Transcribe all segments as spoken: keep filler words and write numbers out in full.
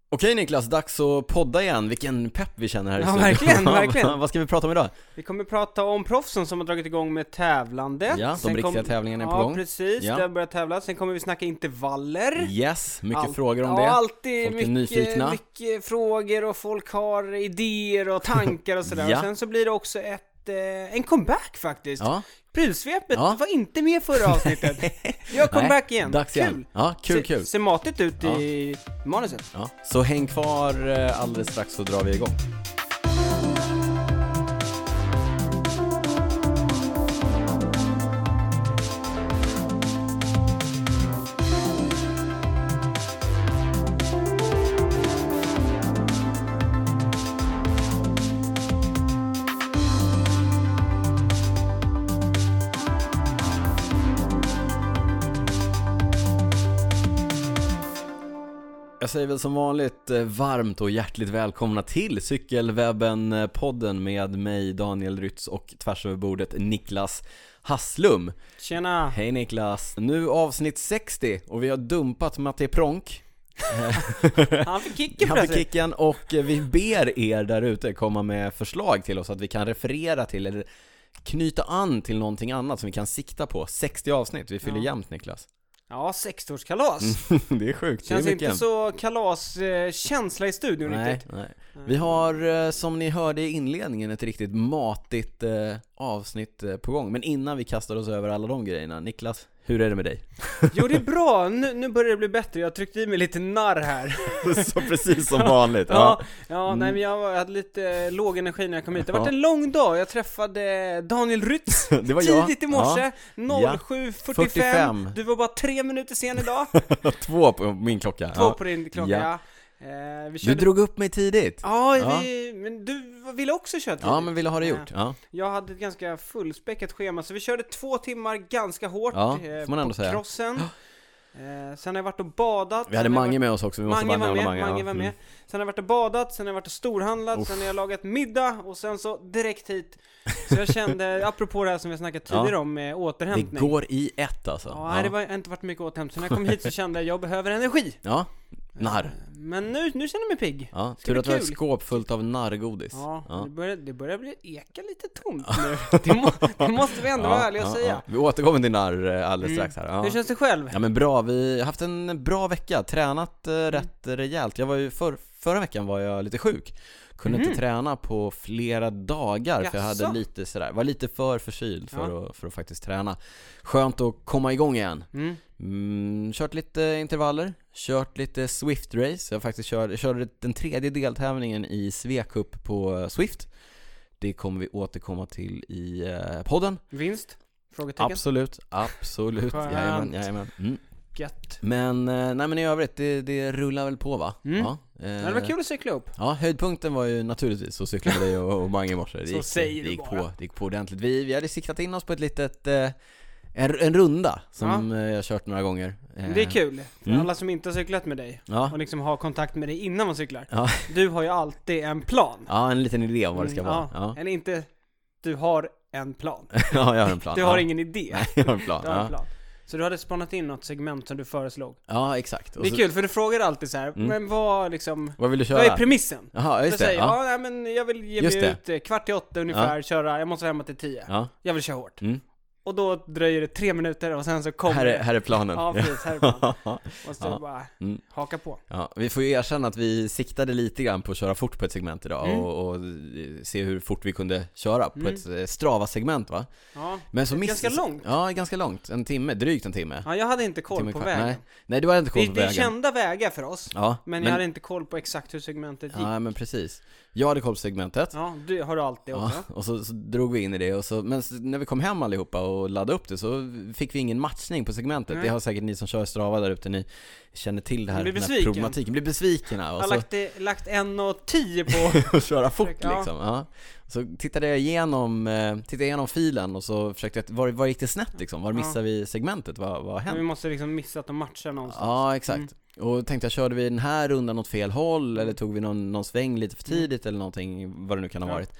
Okej Niklas, dags att podda igen. Vilken pepp vi känner här i ja, studion. verkligen, verkligen. Vad ska vi prata om idag? Vi kommer prata om proffsen som har dragit igång med tävlandet. Ja, de Sen riktiga kom... tävlingarna är på ja, gång. Precis, Ja. det har börjat tävla. Sen kommer vi snacka intervaller. Yes, mycket Allt, frågor om ja, det. alltid Folk är mycket, nyfikna. mycket frågor och folk har idéer och tankar och sådär. Ja. Och sen så blir det också ett, eh, en comeback faktiskt. Ja. Prylsvepet Ja. var inte med förra avsnittet. Gör comeback Nej, igen. dags kul. igen. Ja, kul, Se, kul. ser matigt ut Ja. i manuset. Ja. Så häng kvar eh, alldeles strax så drar vi igång. Jag säger väl som vanligt eh, varmt och hjärtligt välkomna till Cykelwebben-podden med mig Daniel Rytz och tvärs över bordet Niklas Hasslum. Tjena. Hej Niklas. Nu avsnitt sextio och vi har dumpat Matte Pronk. Han fick kicken Han fick plötsligt. kicken och vi ber er där ute komma med förslag till oss att vi kan referera till eller knyta an till någonting annat som vi kan sikta på. sextio avsnitt, vi fyller Ja. jämnt Niklas. Ja, sextioårskalas. Det är sjukt. Känns det är inte mycket. så kalaskänsla i studion Nej, riktigt. nej. Vi har, eh, som ni hörde i inledningen, ett riktigt matigt eh, avsnitt eh, på gång. Men innan vi kastar oss över alla de grejerna, Niklas, hur är det med dig? Jo, det är bra. Nu, nu börjar det bli bättre. Jag tryckte i mig lite narr här. Så precis som vanligt. Ja, Ja. ja Mm. nej men jag hade lite låg energi när jag kom hit. Det var Ja. en lång dag. Jag träffade Daniel Rytz Det var jag. tidigt i morse. Ja. noll sju fyrtiofem. fyrtiofem. Du var bara tre minuter sen idag. Två på min klocka. Två Ja. på din klocka, Ja. ja. Eh, vi Du körde... drog upp mig tidigt. Ja, Ja. vi... men du ville också köra tidigt. Ja, men ville ha det gjort. Ja, Jag hade ett ganska fullspäckat schema, så vi körde två timmar ganska hårt Ja, eh, får man ändå på säga. crossen. Eh, sen har jag varit och badat. vi hade Sen har jag Mange varit... med oss också. Vi måste Mange bara var med, nämna Mange, Mange. var ja. med. Mm. Sen har jag varit och badat, sen har jag varit och storhandlat, Uff. sen har jag lagat middag och sen så direkt hit. Så jag kände, apropå det här som vi snackat tidigare Ja. om med Det återhämtning. går i ett alltså. Ja, nej, det var inte varit mycket återhämtning. Så när jag kom hit så kände jag, jag behöver energi. Ja, narr. Eh, Men nu, nu känner jag mig pigg. Ja, Ska tur bli att du har ett kul. skåp fullt av narrgodis. Ja, Ja. Det, börjar, det börjar bli eka lite tomt nu. Det, må, det måste vi ändå vara ärliga och säga. Vi återkommer till narr eh, alldeles Mm. strax här. Ja. Hur känns det själv? Ja men bra, vi har haft en bra vecka, tränat eh, rätt rejält. Jag var ju för, förra veckan var jag lite sjuk. Kunde Mhm. inte träna på flera dagar för jag Jaså? hade lite sådär, var lite för förkyld för, Ja. att, för att faktiskt träna. Skönt att komma igång igen. Mm. Mm, kört lite intervaller, kört lite Swift Race. Jag faktiskt körde, jag körde den tredje deltävlingen i Svekup på Swift. Det kommer vi återkomma till i eh, podden. Vinst? Frågetecken? Absolut, absolut. Skönt. Jajamän, jajamän. Mm. Gött. Men, eh, nej men i övrigt, det, det rullar väl på va? Mm. Ja, eh, Ja, det var kul att cykla upp. Ja, höjdpunkten var ju naturligtvis att cykla med dig och, och Mange i morse. Det Så gick, säger det du gick bara. på, det gick på ordentligt. Vi, vi hade siktat in oss på ett litet, eh, en, en runda som eh, jag har kört några gånger. Eh, Det är kul. För Mm. alla som inte har cyklat med dig Ja, och liksom har kontakt med dig innan man cyklar. ja, Du har ju alltid en plan. ja, en liten idé om vad det ska Mm, vara. ja. Ja. Eller inte, du har en plan. Ja, jag har en plan. Du har ja. ingen idé. Nej, jag har en plan. Du har en Ja, plan. Så du hade spanat in något segment som du föreslog. ja exakt. Och Det är så- kul, för du frågar alltid så här, Mm. men vad liksom, Vad vill du köra? vad är premissen? Jaha, Så just det. säger jag, Ja. ja, nej, men jag vill ge Just mig det. ut eh, kvart i åtta ungefär, köra, jag måste vara hemma till tio. Ja. Jag vill köra hårt. Mm. Och då dröjer det tre minuter och sen så kommer Här, är, det. här är planen. Ja, precis, här är planen. Måste Ja. bara Mm. haka på. Ja, vi får ju erkänna att vi siktade lite grann på att köra fort på ett segment idag Mm. och, och se hur fort vi kunde köra på Mm. ett eh, Strava-segment va? Ja, Men så det är miss- ganska långt. Ja, ganska långt. En timme, drygt en timme. Ja, jag hade inte En koll timme på kvar. vägen. Nej. Nej, du hade inte koll Det, på det är vägen. kända vägar för oss, Ja, men, men, jag hade inte koll på exakt hur segmentet gick. ja, men precis. Jag hade koll på segmentet. Ja, det har du alltid Ja, också. och så, så drog vi in i det och så, men så, när vi kom hem allihopa och laddade upp det så fick vi ingen matchning på segmentet. Nej. Det har säkert ni som kör Strava där ute, ni känner till det här, Blir den här besviken. problematiken. Blir besvikna Jag och har så lagt, det- lagt en och tio på... och köra fort Ja. liksom. Ja. Så tittade jag igenom, eh, tittade jag igenom filen och så försökte jag, var, var gick det snett liksom? Var Ja. missade vi segmentet? Vad, vad har Vi hänt? måste liksom missa att de matchar någonstans. Ja, exakt. Mm. Och tänkte jag, körde vi den här rundan åt fel håll eller tog vi någon, någon sväng lite för tidigt eller någonting, vad det nu kan ha Ja. varit.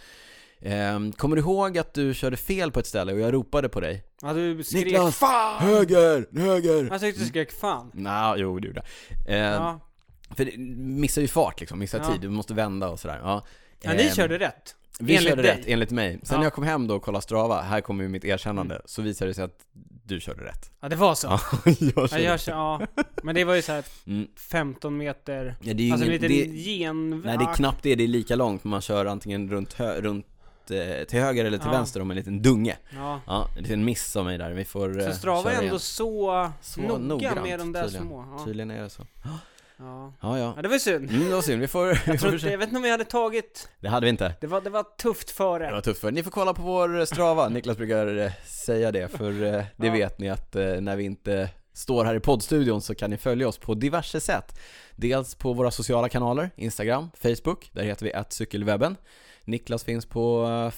Ehm, kommer du ihåg att du körde fel på ett ställe och jag ropade på dig? Ja, du skrek Niklas! fan! Höger! Höger! Jag tyckte du skrek fan. Nej, jo det gjorde jag. Ehm, Ja. För det missar ju fart liksom, missar Ja. tid, du måste vända och sådär. Ja, Ja, ni Ehm, körde rätt. Vi enligt körde dig. rätt, enligt mig. Sen Ja. när jag kom hem då och kollade Strava, här kommer ju mitt erkännande, Mm. så visade det sig att du körde rätt. Ja, det var så. Ja, Ja, jag körde jag, rätt. kör- ja. Men det var ju så här Mm. femton meter. Ja, det är ju Alltså en ingen, liten det, gen... nej, det är knappt det, det är lika långt, men man kör antingen runt, hö, runt eh, till höger eller till Ja. vänster om en liten dunge. Ja. Ja, en liten miss av mig där, vi får Så eh, Strava köra är ändå igen. så, Så noga noggrant, med de där tydligen. små. Ja. Tydligen är det så. Ja. Ja, ja. Ja, det var synd. Mm, det var synd, vi får, vi Jag, får tror inte, försöka. jag vet inte om vi hade tagit... Det hade vi inte. Det var, det var tufft före. Det var tufft för. Ni får kolla på vår Strava. Niklas brukar eh, säga det, för eh, det Ja. vet ni att eh, när vi inte står här i poddstudion så kan ni följa oss på diverse sätt. Dels på våra sociala kanaler, Instagram, Facebook, där heter vi at cykelwebben. Niklas finns på eh,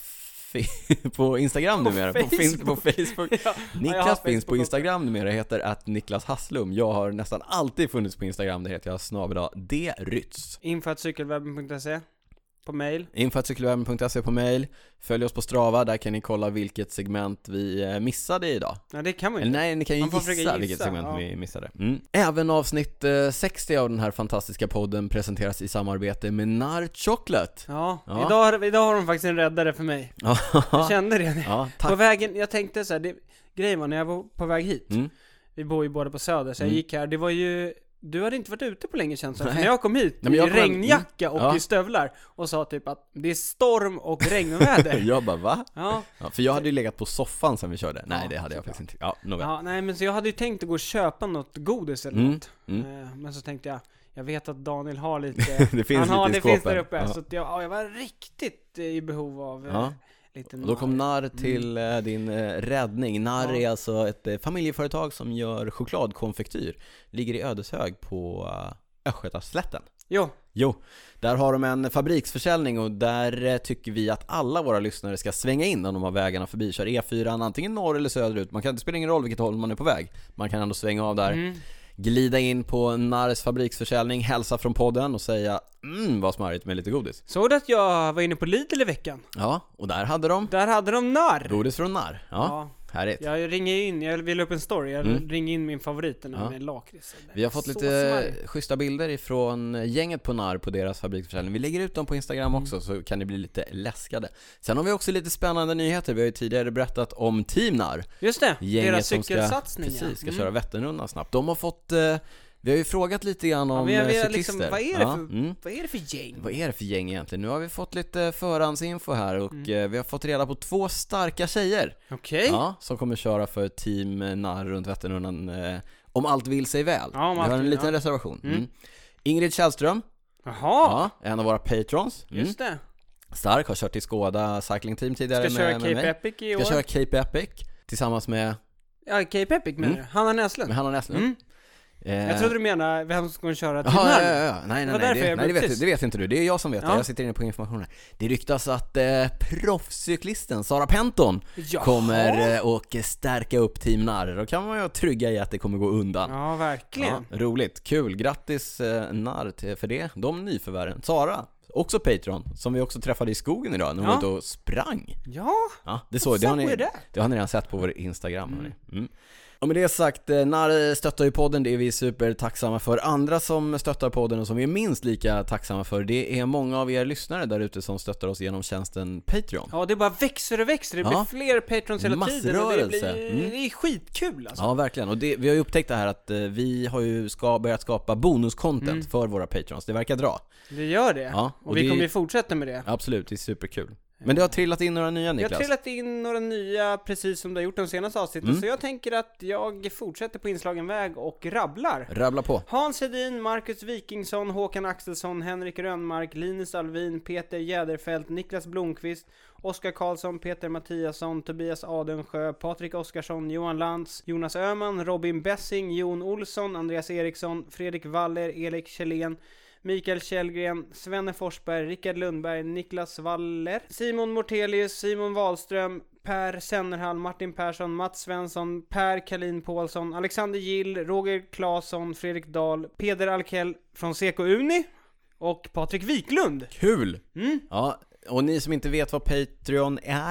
fi- på Instagram På numera, på, fin- på Facebook. Ja. Ja, jag Niklas har finns på Facebook Instagram numera, heter att Niklas Hasslum. Jag har nästan alltid funnits på Instagram, där heter jag snabel-a drytz. Info at cykelwebben punkt se på mail. info at cykelwebben punkt se på mail. Följ oss på Strava, där kan ni kolla vilket segment vi eh, missade idag. Ja, det kan man ju Eller inte. nej, ni kan ju Man får gissa, försöka gissa, vilket segment ja. vi missade. Mm. Även avsnitt eh, sextio av den här fantastiska podden presenteras i samarbete med Nar Chocolate. Ja, Ja. Idag, har- idag har de faktiskt en räddare för mig. Jag kände det. Ja, På tack. vägen, jag tänkte så här, det, grejen var när jag var på väg hit. Mm. Vi bor ju båda på Söder, så jag Mm. gick här. Det var ju, du hade inte varit ute på länge känns det. För Nej. när jag kom hit Nej, men i jag kom hem- regnjacka och Ja. i stövlar och sa typ att det är storm och regnväder. Jag bara, va? Ja. Ja, för jag hade ju legat på soffan sen vi körde. Nej, Ja, det hade jag såklart. faktiskt inte. Ja, nåväl. Ja, nej men så jag hade ju tänkt att gå och köpa något godis eller Mm, något. mm. Eh, Men så tänkte jag, jag vet att Daniel har lite, Det finns han har, lite i det finns skåpen. där uppe. Ja. Så att jag, ja, jag var riktigt eh, i behov av eh, Ja. lite Och då kom nar. Narr till eh, din eh, räddning. Narr Ja. är alltså ett eh, familjeföretag som gör chokladkonfektyr. Ligger i Ödeshög på uh, Östgötaslätten. Jo, Jo, där har de en fabriksförsäljning och där eh, tycker vi att alla våra lyssnare ska svänga in när de har vägarna förbi. Kör E fyra antingen norr eller söderut. Man kan, det spelar ingen roll vilket håll man är på väg. Man kan ändå svänga av där. mm. Glida in på Narrs fabriksförsäljning, hälsa från podden och säga mm, vad smarrigt med lite godis. Såg du att jag var inne på Lidl i veckan? Ja, och där hade de Där hade de narr. godis från Narr. Ja, härligt. Jag ringer in, jag vill upp en story, jag Mm. ringer in min favorit, den här Ja. med lakrits. Vi har fått Så lite smarrig. schyssta bilder ifrån gänget på Narr på deras fabriksförsäljning. Vi lägger ut dem på Instagram Mm. också, så kan ni bli lite läskade. Sen har vi också lite spännande nyheter. Vi har ju tidigare berättat om Team Narr. Just det, Gänget deras som ska, cykelsatsning. precis, ska ja. köra Vätternrundan snabbt. De har fått, eh, vi har ju frågat lite grann om Ja, vi har- vi eh, har cyklister. liksom, vad är det Ja, för- mm. Vad är det för gäng? Vad är det för gäng egentligen? Nu har vi fått lite förhandsinfo här och Mm. eh, vi har fått reda på två starka tjejer. Okej. Ja, som kommer köra för Team Narr runt Vätternrundan eh, om allt vill sig väl. Ja, om vi allt har en vill, liten ja. reservation. Mm. Mm. Ingrid Källström, Jaha, ja, en av våra patrons. Mm. just det. Stark, har kört i Skåda Cycling Team tidigare Ska köra med, med Cape mig. Epic i Ska år. köra Cape Epic tillsammans med, Ja, Cape Epic menar Mm. du? Hanna Näslund? med Hanna Näslund. Mm. Eh, Jag trodde du menade vem som skulle köra till Jaha, Narr. ja, ja, ja. Nej, Det var nej, nej, därför det, jag nej det, blev vet, tyst. det vet inte du, det är jag som vet det, Ja. jag sitter inne på informationen. Det ryktas att eh, proffscyklisten Sara Penton Jaha. kommer eh, och stärka upp Team Narr. Då kan man ju vara trygga i att det kommer gå undan. Ja, verkligen. Ja, roligt, kul, grattis eh, Narr till, för det, de nyförvärven. Sara, också Patreon, som vi också träffade i skogen idag när hon Ja. var ute och sprang. Ja, Ja, det, så, det, har ni, är det? det har ni redan sett på vår Instagram. Mm. Mm. Och med det sagt, eh, Narr stöttar ju podden, det är vi super tacksamma för. Andra som stöttar podden och som vi är minst lika tacksamma för, det är många av er lyssnare där ute som stöttar oss genom tjänsten Patreon. Ja, det bara växer och växer. Det blir Ja. fler patrons hela tiden. Och det, blir, Massrörelse. Mm. det är skitkul alltså. Ja, verkligen. Och det, vi har ju upptäckt det här att eh, vi har ju ska, börjat skapa bonuscontent Mm. för våra patrons. Det verkar dra. Det gör det. Ja, och och vi det- kommer ju fortsätta med det. Absolut, det är superkul. Men det har trillat in några nya, Jag har Niklas. trillat in några nya, precis som du har gjort de senaste avsnitten. Mm. Så jag tänker att jag fortsätter på inslagen väg och rabblar. Rabbla på. Hans Hedin, Marcus Wikingsson, Håkan Axelsson, Henrik Rönnmark, Linus Alvin, Peter Jäderfelt, Niklas Blomqvist, Oskar Karlsson, Peter Mattiasson, Tobias Adensjö, Patrik Oskarsson, Johan Lantz, Jonas Öhman, Robin Bessing, Jon Olsson, Andreas Eriksson, Fredrik Waller, Erik Kjellén, Mikael Källgren, Svenne Forsberg, Rickard Lundberg, Niklas Waller, Simon Mortelius, Simon Wahlström, Per Sennerhall, Martin Persson, Mats Svensson, Per Kalin Paulsson, Alexander Gill, Roger Claesson, Fredrik Dahl, Peder Alkell från Seko Uni och Patrik Wiklund. Kul! Mm. Ja, och ni som inte vet vad Patreon är,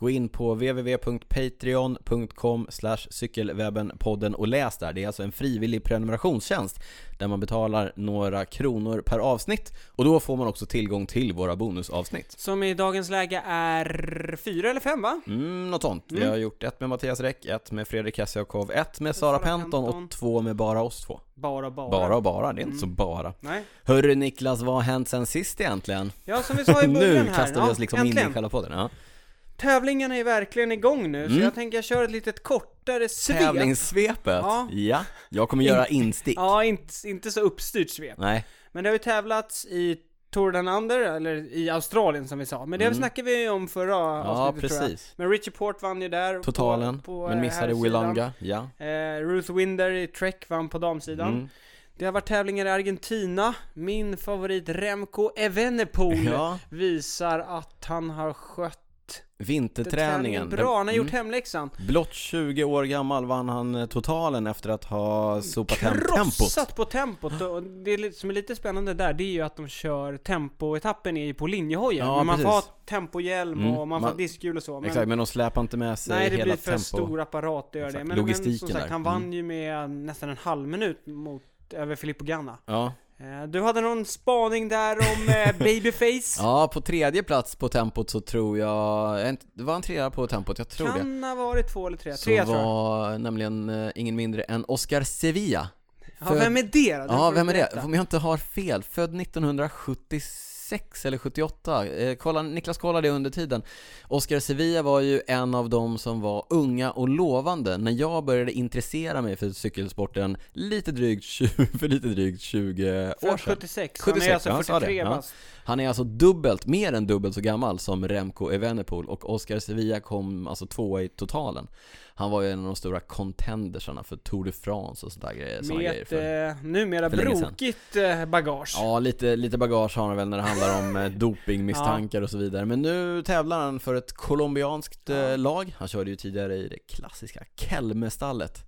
Gå in på w w w punkt patreon punkt com slash cykelwebbenpodden och läs där. Det är alltså en frivillig prenumerationstjänst där man betalar några kronor per avsnitt. Och då får man också tillgång till våra bonusavsnitt. Som i dagens läge är fyra eller fem, va? Mm, något sånt. Mm. Vi har gjort ett med Mattias Räck, ett med Fredrik Kassiakov, ett med Sara Sara Penton Penton. och två med bara oss två. Bara, bara. Bara och bara, det är inte Mm. så bara. Nej. Hörru Niklas, vad har hänt sen sist egentligen? Ja, som vi sa i början Nu här. kastar vi oss liksom in äntligen. i själva podden. Ja. Tävlingarna är verkligen igång nu, så Mm. jag tänker jag kör ett litet kortare svep. Tävlingssvepet. Ja. Ja. Jag kommer göra instick. Ja, inte, inte så uppstyrt svep. Nej. Men det har ju tävlats i Tour Down Under, eller i Australien som vi sa. Men det Mm. snackade vi om förra Ja, avsnittet, tror jag. precis. Men Richie Port vann ju där. Totalen, på, på, men eh, missade herrsidan. Willanga. Ja. Eh, Ruth Winder i Trek vann på damsidan. Mm. Det har varit tävlingar i Argentina. Min favorit Remco Evenepoel Ja. visar att han har skött Vinterträningen. bra. Han har gjort Mm. hemläxan. Blott tjugo år gammal vann han eh, totalen efter att ha sopat hem tempot. Krossat på tempot. Och det är lite- som är lite spännande där, det är ju att de kör tempoetappen är ju på linjehojen. Ja, men man precis. får ha tempohjälm Mm, och man får man- ha diskhjul och så. Men Exakt, men de släpar inte med sig nej, det hela blir för tempo. stor apparat att göra det. Exakt, Men, men logistiken som sagt, där. han vann Mm. ju med nästan en halv minut mot, över Filippo Ganna. Ja. Eh, Du hade någon spaning där om eh, Babyface. Ja, på tredje plats på tempot så tror jag, jag inte- det var en trea på tempot, jag tror det. Kan ha varit två eller tre. Så Tre tror jag. var nämligen eh, ingen mindre än Oscar Sevilla. Ja, vem är det då? Det Ja, får du vem är det? berätta. Om jag inte har fel, född nittonhundrasjuttiosex eller sjuttioåtta. Eh, kolla, Niklas kollade under tiden. Oscar Sevilla var ju en av dem som var unga och lovande när jag började intressera mig för cykelsporten lite drygt tjugo, för lite drygt tjugo år Född sedan. sjuttiosex. sjuttiosex, Han är alltså ja, jag sa det. fyrtiotre Ja. bast. Han är alltså dubbelt, mer än dubbelt så gammal som Remco Evenepoel, och Oscar Sevilla kom alltså tvåa i totalen. Han var ju en av de stora contendersarna för Tour de France och sådär grejer. såna Med grejer ett för. eh, numera för länge sedan. brokigt eh, bagage. Ja, lite, lite bagage har han väl när det handlar om eh, dopingmisstankar och så vidare. Men nu tävlar han för ett colombianskt eh, Ja. lag. Han körde ju tidigare i det klassiska Kelme-stallet.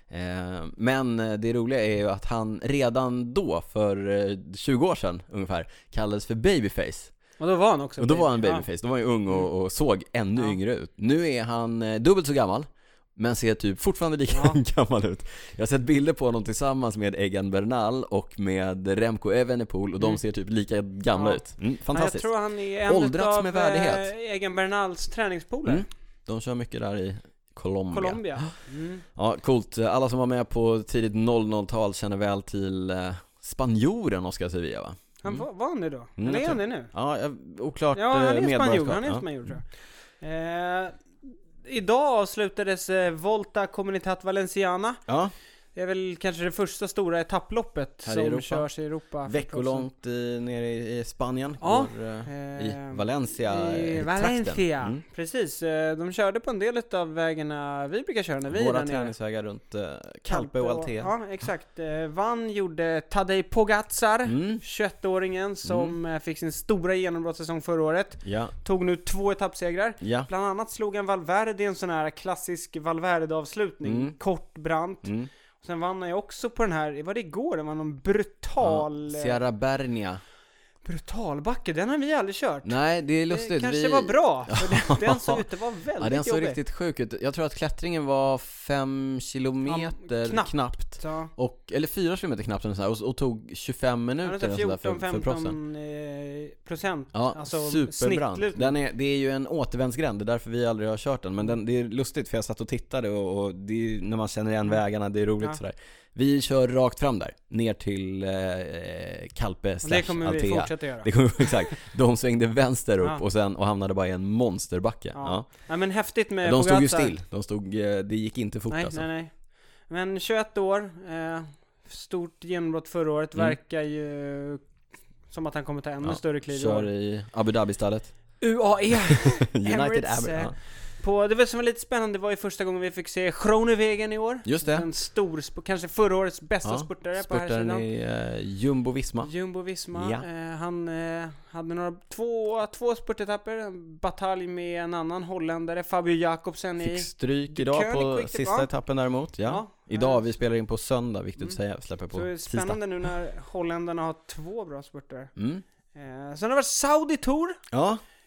Eh, men eh, det roliga är ju att han redan då, för eh, tjugo år sedan ungefär, kallades för Babyface. Och då var han också Och då var han baby. Babyface, då var han ju ung och, och såg ännu Ja. yngre ut. Nu är han eh, dubbelt så gammal, men ser typ fortfarande lika Ja. gammal ut. Jag har sett bilder på honom tillsammans med Egan Bernal och med Remco Evenepoel, och de Mm. ser typ lika gamla Ja. ut. Mm, Ja, fantastiskt. jag tror han är en Åldrats av med värdighet. eh, Egan Bernals träningspolare. Mm. De kör mycket där i Colombia. Colombia. Mm. Ja, coolt. Alla som var med på tidigt noll noll-tal känner väl till eh, spanjoren Oscar Sevilla, va? Han Mm. var, var han det då? Mm, Eller jag är han tror- det nu? Ja, jag- oklart Ja, han eh, är spanjor, medborgarskap. han är Ja. spanjor tror jag. Eh, idag avslutades eh, Volta Comunitat Valenciana. Ja, Det är väl kanske det första stora etapploppet Här i som Europa. körs i Europa. veckolångt i, nere i, i Spanien. Ja. Går, eh, i Eh, Valencia I eh, Valencia, trakten. Mm. precis. Eh, De körde på en del av vägarna vi brukar köra när vi är Våra där nere. träningsvägar runt eh, Calpe och Altea. Ja, exakt. Eh, Vann gjorde Tadej Pogacar, Mm. tjugoett-åringen som eh, fick sin stora genombrottssäsong förra året. Ja, Tog nu två etappsegrar. ja. Bland annat slog han Valverde i en sån här klassisk Valverde-avslutning. Mm. Kort, brant. Mm. Sen vann han ju också på den här, var det igår? Det var någon brutal... Ja. eh, Sierra Bernia. Brutalbacke, den har vi aldrig kört. Nej, det är Det lustigt. kanske vi... var bra, för den, den såg ut att vara väldigt Ja, den såg jobbig. riktigt sjuk ut. Jag tror att klättringen var fem kilometer Ja, knappt. knappt. Så, Och, eller fyra kilometer knappt eller så här, och, och tog tjugofem ja, minuter eller så där fjorton för, för proffsen. femton eh, procent. Ja, alltså superbrant. snittlutning. Den är, det är ju en återvändsgränd, det är därför vi aldrig har kört den. Men den, det är lustigt för jag satt och tittade och, och det är, ju- när man känner igen Mm. vägarna, det är roligt Ja. sådär. Vi kör rakt fram där, ner till eh, Calpe Och slash det kommer vi Altea. fortsätta göra. Det kommer, exakt. De svängde vänster upp Ja. och sen och hamnade bara i en monsterbacke. Ja. Ja. Ja, men häftigt med De stod ju Pogacar. still. De stod, eh, det gick inte fort Nej, alltså. nej, nej. Men tjugoett år, eh, stort genombrott förra året, Mm. verkar ju som att han kommer ta ännu Ja, större kliv i Kör år. i Abu Dhabi-stallet. U A E! United Emirates, Abu, eh, ja. På, det var som var lite spännande, det var ju första gången vi fick se Groenewegen i år. Just det. En stor, sp- kanske förra årets bästa Ja, spurtare på här Spurtaren sidan. i eh, Jumbo-Visma. Jumbo-Visma. Ja. Eh, han eh, hade några, två, två spurtetapper, en batalj med en annan holländare, Fabio Jakobsen i... Fick stryk De idag Koenig på Quick Step, sista va? etappen däremot. Ja. Ja. Idag, Eh, vi spelar in på söndag, viktigt att Mm. säga. Släpper på Så det är tisdag. spännande nu när holländarna har två bra spurtare. Mm. Eh, sen har det varit Saudi Tour. Ja,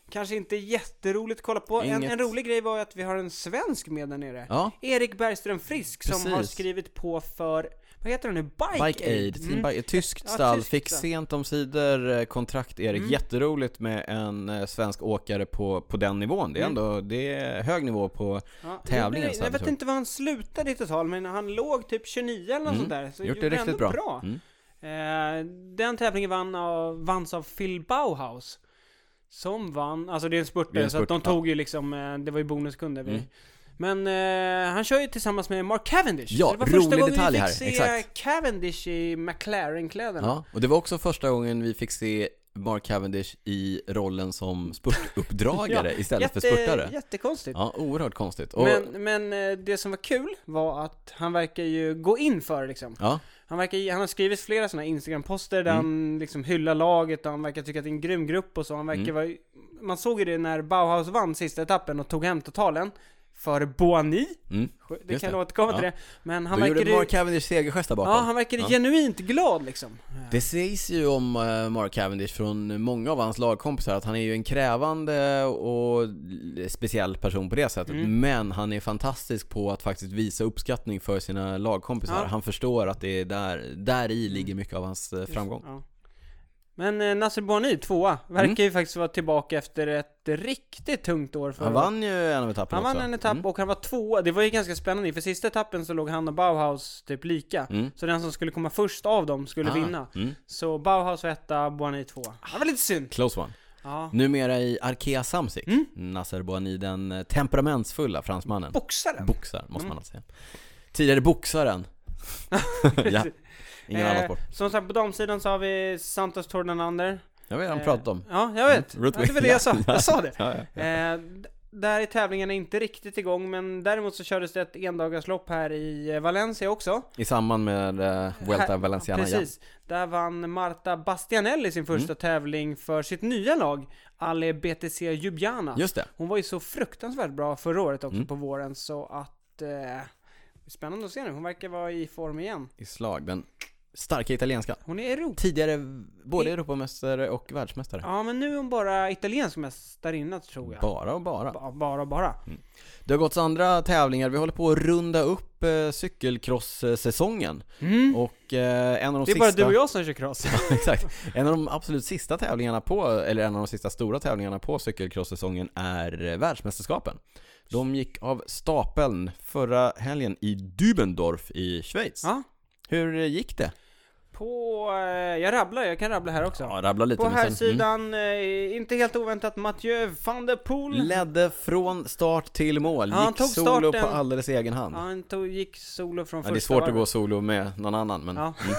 kanske inte jätteroligt att kolla på. En, Inget. en rolig grej var ju att vi har en svensk med där nere. Ja, Erik Bergström Frisk, Precis. som har skrivit på för, vad heter det nu? Bike, Bike Aid, Mm. sin bike, ett tyskt Ja, stall, tyskt fick stall. sent om sidor eh, kontrakt, Erik. Mm. Jätteroligt med en eh, svensk åkare på, på den nivån. Det är Mm. ändå det är hög nivå på Ja, tävlingen, gjorde- så Jag vet hade inte vad han slutade i total, men han låg typ tjugonio eller något Mm. sånt där. Så gjort det gjorde riktigt ändå bra. Mm. Eh, den tävlingen vann av, vanns av Phil Bauhaus. Som vann, alltså det är en Det är spurtare, en så att spurt, de ja. tog ju liksom, eh, det var ju bonuskunder. vi- Mm. Men eh, han kör ju tillsammans med Mark Cavendish. Ja, Så det var första rolig gången detalj vi här, fick se exakt. Cavendish i McLaren-kläderna. Ja, och det var också första gången vi fick se Mark Cavendish i rollen som spurtuppdragare Ja, istället Jätte, för spurtare. Jättekonstigt. Ja, oerhört konstigt. Och, Men, men eh, det som var kul var att han verkar ju gå in för liksom. ja, Han, verkar, han har skrivit flera sådana Instagram-poster där Mm. han liksom hyllar laget och han verkar tycka att det är en grym grupp och så. Han verkar Mm. vara, man såg ju det när Bauhaus vann sista etappen och tog hem totalen för Boani. mm. Det Just kan det. återkomma till Ja. det. Men han Då verkar gjorde ju, Mark Cavendish segergester bakom. ja, han verkar Ja. genuint glad liksom. Det sägs ju om eh, Mark Cavendish från många av hans lagkompisar att han är ju en krävande och speciell person på det sättet. Mm. Men han är fantastisk på att faktiskt visa uppskattning för sina lagkompisar. Ja. Han förstår att det är där, där i ligger mycket av hans eh, framgång. Ja. Men eh, Nasser Boani, tvåa, verkar Mm. ju faktiskt vara tillbaka efter ett riktigt tungt år för Han vann ju en av etapperna Han vann också. en etapp Mm. och han var tvåa. Det var ju ganska spännande, för sista etappen så låg han och Bauhaus typ lika. Mm. Så den som skulle komma först av dem skulle Ah, vinna. mm. Så Bauhaus var etta, Boani tvåa. Det var lite synd. Close one. Ja. Numera i Arkea Samsic. Mm. Nasser Boani, den eh, temperamentsfulla fransmannen. Boxaren. Boxar, måste Mm. man alltså säga. Tidigare boxaren. Ja, ingen annan sport. Som sagt, på damsidan så har vi Santos Tornanander. Jag har redan Eh, pratat om. Ja, jag vet. Mm, Ja, det var det jag sa. Jag sa det. Ja, ja, ja. Eh, d- där är tävlingarna inte riktigt igång, men däremot så kördes det ett endagarslopp här i eh, Valencia också. I samband med uh, Vuelta Här- Valenciana. Precis. Där vann Marta Bastianelli sin första Mm. tävling för sitt nya lag, Ale B T C Ljubljana. Ja. Just det. Hon var ju så fruktansvärt bra förra året också Mm. på våren, så att eh, spännande att se nu. Hon verkar vara i form igen. I slag. Den starka italienska. Hon är Europa. Tidigare både I- Europamästare och världsmästare. Ja, men nu är hon bara italiensk mästarinna, tror jag. Bara och bara. Ba- bara, bara. Det har gått andra tävlingar. Vi håller på att runda upp eh, cykelcross-säsongen. Mm. Och eh, en av de Det är sista... bara du och jag som kör cross. Exakt. En av de absolut sista tävlingarna på, eller en av de sista stora tävlingarna på cykelcross-säsongen är eh, världsmästerskapen. De gick av stapeln förra helgen i Dübendorf i Schweiz. Ja. Hur eh, gick det? På, eh, jag rabblar, jag kan rabbla här också. Ja, rabbla lite. På men här sen- sidan, eh, inte helt oväntat, Mathieu van der Poel. Mm. Ledde från start till mål. Ja, han Gick tog solo starten. på alldeles egen hand. Ja, han tog, gick solo från Ja, första det är svårt att varvet. gå solo med någon annan, men... Ja. Mm.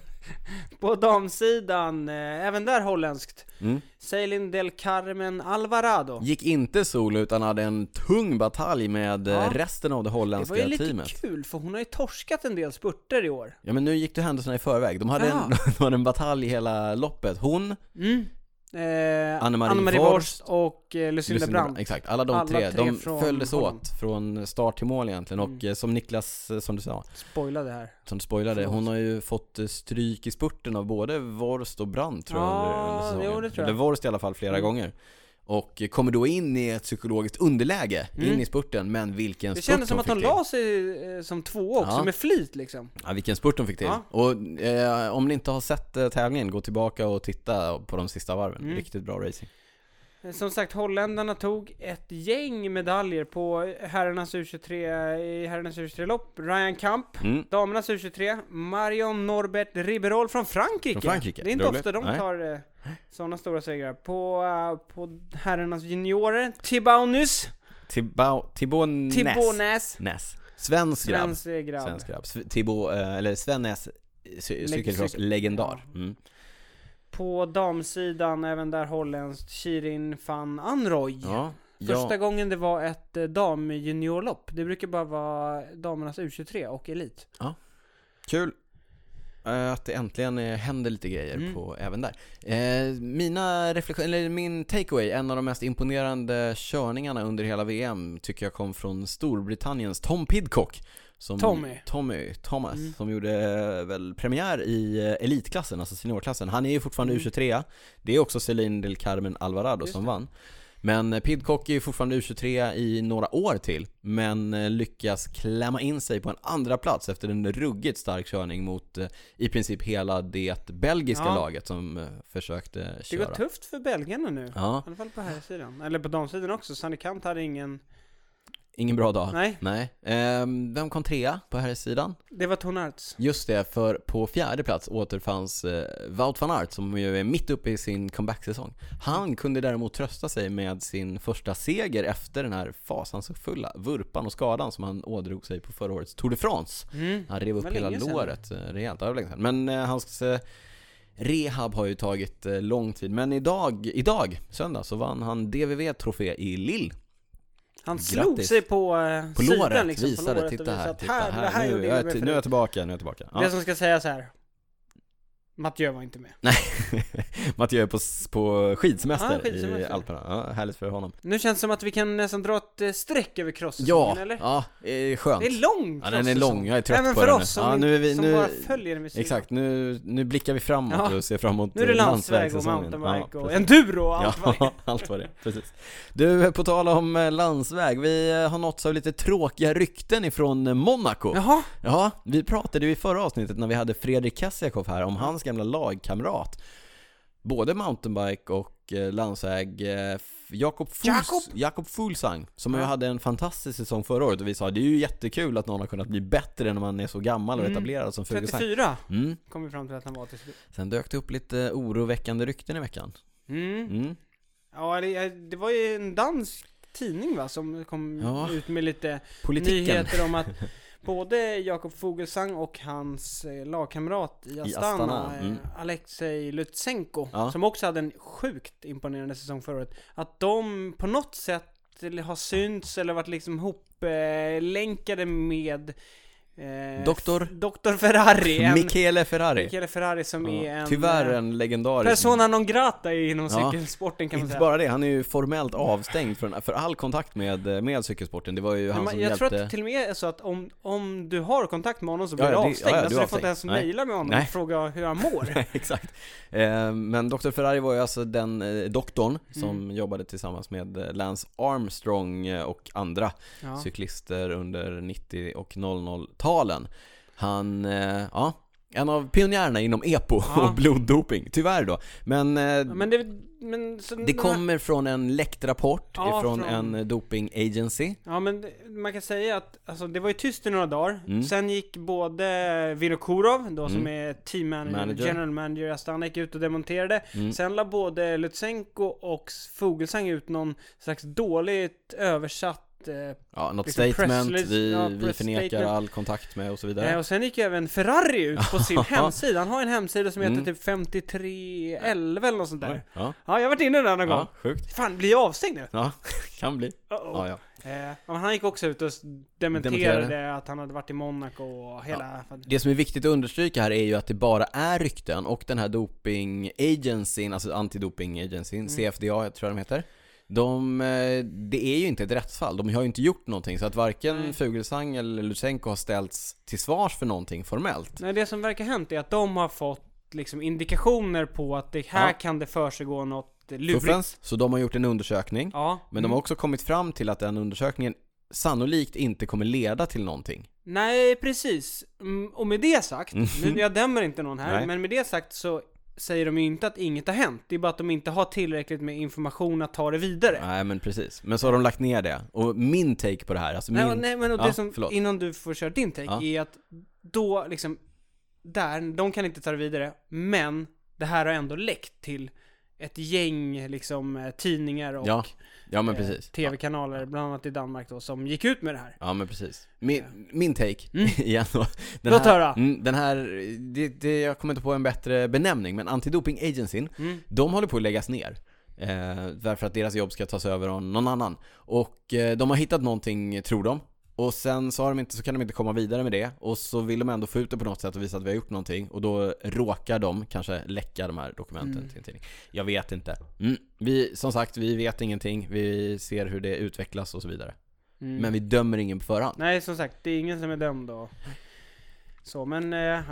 På damsidan, eh, även där holländskt. Mm. Ceylin del Carmen Alvarado. Gick inte solo utan hade en tung batalj med eh, Ja. resten av det Det holländska var ju lite teamet. kul, för hon har ju torskat en del spurter i år. Ja, men nu gick det händelserna i förväg. De hade, en, Jaha. de hade en batalj hela loppet. Hon, Mm. Eh, Anne-Marie Anne-Marie Vorst Vorst och eh, Lucinda Lucinda Brandt. Brandt, exakt, alla de Alla tre, tre de från följdes Holland. åt från start till mål egentligen. Och Mm. eh, som Niklas, eh, som du sa, Spoilade här. som du spoilade, Förlåt. hon har ju fått eh, stryk i spurten av både Vorst och Brandt, tror jag, Ja, under, under säsongen. jo, det tror jag. Eller Vorst i alla fall flera Mm. gånger. Och eh, kommer då in i ett psykologiskt underläge Mm. in i spurten, men vilken Det spurt kändes som hon att fick hon till. la sig eh, som två också, Ja. med flit liksom. Ja, vilken spurt de fick till. Ja. Och eh, om ni inte har sett eh, tävlingen, gå tillbaka och titta på de sista varven. Mm. Riktigt bra racing. Eh, Som sagt, holländarna tog ett gäng medaljer på herrarnas U tjugotre, i herrarnas U tjugotre-lopp. Ryan Kamp, Mm. damernas U tjugotre, Marion Norbert Riberol från Frankrike. Från Frankrike, Det är inte roligt. ofta de Nej. tar eh, sådana stora segrar. På, eh, på herrarnas juniorer, Thibaut Nys, Thibaut Thibaut Ness. Thibaut Näs, Ness. Svensk grabb. svensk eh, grabb. Svensk grabb. Sv- Thibaut, eh, eller Sven Ness, cy- cykelcross cykel- legendar. Mm. På damsidan, även där holländskt, Shirin van Anrooy. Ja. Första Ja. gången det var ett eh, damjuniorlopp. Det brukar bara vara damernas U tjugotre och elit. Kul eh, att det äntligen eh, händer lite grejer Mm. på även där. Eh, mina reflektioner, eller min takeaway, en av de mest imponerande körningarna under hela V M tycker jag kom från Storbritanniens Tom Pidcock. Som, Tommy. Tommy, Thomas, Mm. som gjorde eh, väl premiär i eh, elitklassen, alltså seniorklassen. Han är ju fortfarande Mm. U tjugotre. Det är också Celine del Carmen Alvarado Just som det. vann. Men Pidcock är ju fortfarande U tjugotre i några år till, men lyckas klämma in sig på en andra plats efter en ruggigt stark körning mot i princip hela det belgiska ja. laget som försökte köra. Det går tufft för belgarna nu, ja. i alla fall på här sidan. Eller på damsidan också, Sanne Kant hade ingen... Ingen bra dag. Nej. Nej. Ehm, vem kom trea på här sidan? Det var Toon Aerts. Just det, för på fjärde plats återfanns eh, Wout van Aert som ju är mitt uppe i sin comeback-säsong. Han kunde däremot trösta sig med sin första seger efter den här fasansfulla vurpan och skadan som han ådrog sig på förra årets Tour de France. Mm. Han rev upp hela låret eh, rejält. Det var länge sedan. Men eh, hans eh, rehab har ju tagit eh, lång tid. Men idag, idag, söndag, så vann han D V V-trofé i Lille. Han slog Grattis. sig på, uh, på sidan låret, liksom, visade, på låret titta här, titta här, här, här nu, jag, nu är jag tillbaka, nu är jag tillbaka. Ja. Det som ska sägas här, Mathieu var inte med. Nej, Mathieu är på, på skidsemester, ah, i Alperna. Ja, härligt för honom. Nu känns det som att vi kan nästan dra ett streck över cross-säsongen, ja, eller? Ja, det är skönt. Det är lång ja, den är lång, jag är trött Även på för den oss som, ja, nu är vi, som nu, bara följer med sidan. Exakt, nu, nu blickar vi framåt ja. och ser framåt. Nu är det landsväg och mountainbike ja, och enduro och allt ja, vad det allt vad det precis. Du, på tal om landsväg, vi har nått av lite tråkiga rykten ifrån Monaco. Jaha. Ja, vi pratade ju i förra avsnittet när vi hade Fredrik Kassiakov här om hans gamla lagkamrat. Både mountainbike och eh, landsväg eh, Jakob Fuls, Jakob Fuglsang som ja. ju hade en fantastisk säsong förra året och vi sa det är ju jättekul att någon har kunnat bli bättre när man är så gammal och mm. etablerad som Fuglsang. trettiofyra mm. kom vi fram till att han var till slut. Sen dök det upp lite oroväckande rykten i veckan. Mm. Mm. Ja, det, det var ju en dansk tidning va som kom ja. ut med lite Politiken. nyheter om att både Jakob Fuglsang och hans lagkamrat i Astana, I Astana. Mm. Alexej Lutsenko, ja. som också hade en sjukt imponerande säsong förra året, att de på något sätt har synts eller varit liksom hoplänkade med Eh, Doktor Doktor Ferrari en, Michele Ferrari Michele Ferrari som ja. är en tyvärr en legendarisk persona non grata inom ja. cykelsporten kan man inte säga. Bara det, han är ju formellt avstängd för, för all kontakt med, med cykelsporten. Det var ju han man, som jag hjälpte. tror att till och med är så att om, om du har kontakt med honom så blir ja, ja, du avstängd. Ja, ja, du alltså du får inte ens mejla med honom Nej. och fråga hur han mår. Exakt. Eh, men Doktor Ferrari var ju alltså den eh, doktorn som mm. jobbade tillsammans med Lance Armstrong och andra ja. cyklister under nittio- och noll noll-talen. Han, eh, ja, en av pionjärerna inom E P O ja. och bloddoping, tyvärr då. Men, eh, ja, men det, men, så det kommer från en läckt rapport ja, från, från en doping agency. Ja, men det, man kan säga att alltså, det var ju tyst i några dagar. Mm. Sen gick både Vinokurov, då, mm. som är team manager, manager. general manager i Astana, gick ut och demonterade. Mm. Sen la både Lutsenko och Fuglsang ut någon slags dåligt översatt ja, något liksom statement, vi, ja, vi förnekar statement. all kontakt med och så vidare. Eh, och sen gick även Ferrari ut på sin hemsida. Han har en hemsida som heter mm. typ femtiotre elva eller något sånt där. Ja, ja jag har varit inne där någon ja, gång. Sjukt. Fan, blir jag avstängd nu? Ja, kan bli. Ja, ja. Eh, men han gick också ut och dementerade, dementerade att han hade varit i Monaco och hela... Ja. Det som är viktigt att understryka här är ju att det bara är rykten och den här doping agencyn, alltså antidoping agencyn, mm. C F D A tror jag de heter. De, det är ju inte ett rättsfall. De har ju inte gjort någonting. Så att varken Nej. Fuglsang eller Lutsenko har ställts till svars för någonting formellt. Nej, det som verkar hänt är att de har fått liksom indikationer på att det här ja. kan det försiggå något lurigt. Fuffens, så de har gjort en undersökning. Ja. Men mm. de har också kommit fram till att den undersökningen sannolikt inte kommer leda till någonting. Nej, precis. Och med det sagt, nu jag dömer inte någon här, Nej. men med det sagt så säger de ju inte att inget har hänt. Det är bara att de inte har tillräckligt med information att ta det vidare. Nej, men precis. Men så har de lagt ner det. Och min take på det här, alltså min... Nej, nej men och det ja, som, innan du får köra din take, ja. är att då liksom, där, de kan inte ta det vidare, men det här har ändå läckt till ett gäng liksom tidningar och ja. Ja, men precis. Eh, tv-kanaler, ja. bland annat i Danmark då, som gick ut med det här. Ja, men precis. Min, min take, mm. igen då. Den Låt här, höra. Mm, den här, det, det, jag kommer inte på en bättre benämning, men antidoping agencyn, mm. de håller på att läggas ner. Eh, därför att deras jobb ska tas över av någon annan. Och eh, de har hittat någonting, tror de. Och sen så, har de inte, så kan de inte komma vidare med det. Och så vill de ändå få ut det på något sätt och visa att vi har gjort någonting. Och då råkar de kanske läcka de här dokumenten mm. till en tidning. Jag vet inte. Mm. Vi, som sagt, vi vet ingenting. Vi ser hur det utvecklas och så vidare. Mm. Men vi dömer ingen på förhand. Nej, som sagt, det är ingen som är dömd då. Så, men eh, ja.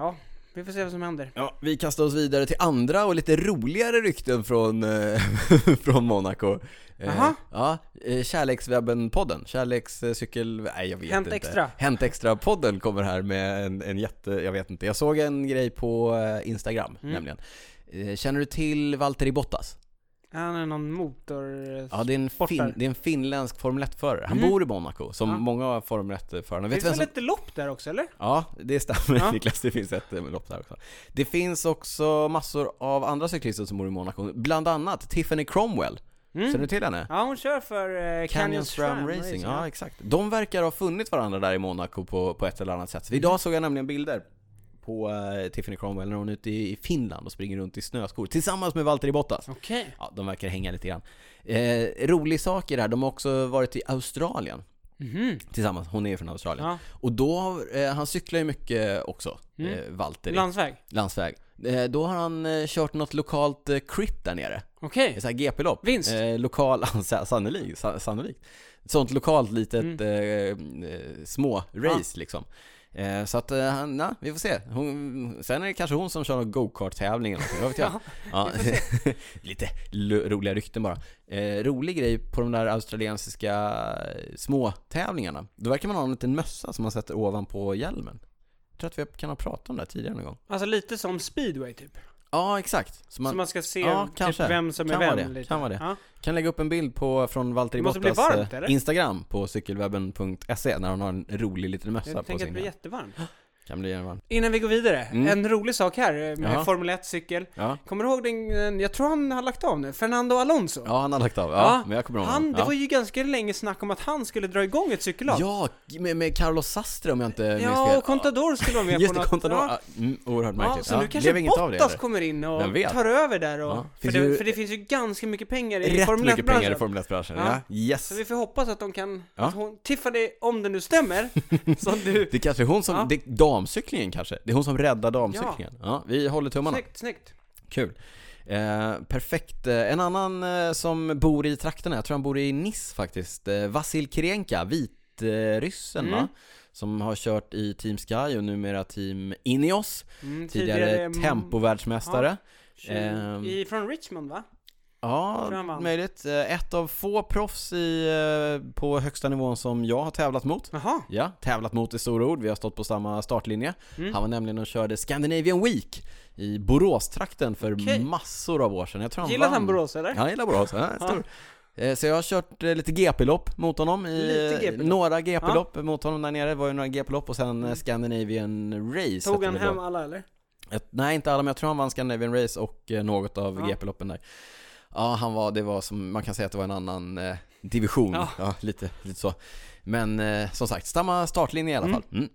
Vi får se vad som händer. Ja, vi kastar oss vidare till andra och lite roligare rykten från, eh, från Monaco. Jaha. Ja, Kärlekswebben-podden, Kärlekscykel... Nej, jag vet Hänt inte. Extra. Hänt Extra-podden kommer här med en, en jätte... Jag vet inte. Jag såg en grej på Instagram, Mm. nämligen. Känner du till Valtteri Bottas? Han är någon motor... Ja, det är en, fin, det är en finländsk Formel ett-förare. Han Mm. bor i Monaco, som Ja. många av Formel ett-förarna. Finns Vet det som... lite lopp där också, eller? Ja, det stämmer Ja. Niklas, det finns ett lopp där också. Det finns också massor av andra cyklister som bor i Monaco. Bland annat Tiffany Cromwell. Mm. Känner du till henne? Ja, hon kör för uh, Canyon, Canyon Stram, Stram Racing. Racing, ja. ja exakt. De verkar ha funnit varandra där i Monaco på, på ett eller annat sätt. Så Mm. idag såg jag nämligen bilder på uh, Tiffany Cromwell när hon är ute i, i Finland och springer runt i snöskor tillsammans med Valtteri Bottas. Okej. Okay. Ja, de verkar hänga lite grann. Eh, rolig sak i det här, de har också varit i Australien Mhm. tillsammans. Hon är ju från Australien. Ja. Och då, eh, han cyklar ju mycket också, Mm. eh, Valtteri. Landsväg. Landsväg. Eh, då har han eh, kört något lokalt eh, crit där nere. Okej. Så här G P-lopp. Vinst. Eh, lokal, sannolikt, sa- sannolikt. Sånt lokalt litet Mm. eh, eh, små race liksom. Eh, så att, eh, han- na, vi får se. Hon, sen är det kanske hon som kör någon go-kart-tävling eller något, vad vet jag. Ja, Ja. Lite l- roliga rykten bara. Eh, rolig grej på de där australiensiska små tävlingarna. Då verkar man ha en liten mössa som man sätter ovanpå hjälmen. Jag tror att vi kan ha pratat om det här tidigare någon gång. Alltså lite som speedway typ. Ja, exakt. Så man Så man ska se Ja, typ kanske. vem som Kan är vara vem. det. Lite. Kan vara det. Ja. kan lägga upp en bild på, från Valtteri Det måste bli Bottas varmt, eh, eller? Instagram på cykelwebben punkt se när hon har en rolig liten mössa Jag på tänker att det sin. blir jättevarmt. Kan bli varmt. Innan vi går vidare, Mm. en rolig sak här med Jaha. Formel ett-cykel. Ja. Kommer du ihåg den, jag tror han har lagt av nu, Fernando Alonso? ja, han har lagt av. Ja, Ja, men jag kommer ihåg Han, honom. det ja. var ju ganska länge snack om att han skulle dra igång ett cykellag. Ja, med, med Carlos Sastre om jag inte minns Ja, fel. och Contador skulle vara med Just på det, något. Contador. Ja. Ja. Mm, oerhört Ja, märkligt. så Ja, nu kanske blev inget av det, Bottas eller? kommer in och Vem vet? tar över där och, Ja, för, finns det, ju- för det finns ju ganska mycket pengar i Rätt Formel mycket pengar i ett-branschen. Formel ett-branschen. Ja. Ja. Yes. Så vi får hoppas att de kan, Ja. att hon, Tiffany, om det nu stämmer, som du... Det kanske är hon som, Ja. det är damcyklingen kanske. Det är hon som räddar damcyklingen. Ja, vi håller tummarna. Snyggt, snyggt. Kul. Eh, perfekt. Eh, En annan eh, som bor i trakterna, jag tror han bor i Nice faktiskt. Eh, Vasil Kirenka, vitryssen Mm. va? Som har kört i Team Sky och numera Team Ineos. Mm, Tidigare mm, tempovärldsmästare. tjugo Ehm. i, från Richmond va? Ja, tror han vann. möjligt. Eh, Ett av få proffs i, eh, på högsta nivån som jag har tävlat mot. Jaha. Ja, tävlat mot i stora ord. Vi har stått på samma startlinje. Mm. Han var nämligen och körde Scandinavian Week i Boråstrakten för Okej. massor av år sedan. Jag tror han Gillar vann. han Borås eller? Ja, han gillar Borås. Ja, stor. Eh, Så jag har kört eh, lite G P-lopp mot honom i Lite eh, G P-lopp. några G P-lopp mot honom där nere. Det var ju några G P-lopp och sen eh, Scandinavian Race. Tog hette han det hem då. alla eller? Ett, nej, inte alla, men jag tror han vann Scandinavian Race och eh, något av Ja. G P-loppen där. Ja, han var, det var som, man kan säga att det var en annan eh, division. Ja. Ja, lite, lite så. Men eh, som sagt, samma startlinje i alla Mm. fall. Mm.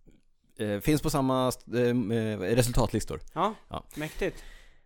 Eh, finns på samma st- eh, resultatlistor. Ja, Ja. mäktigt.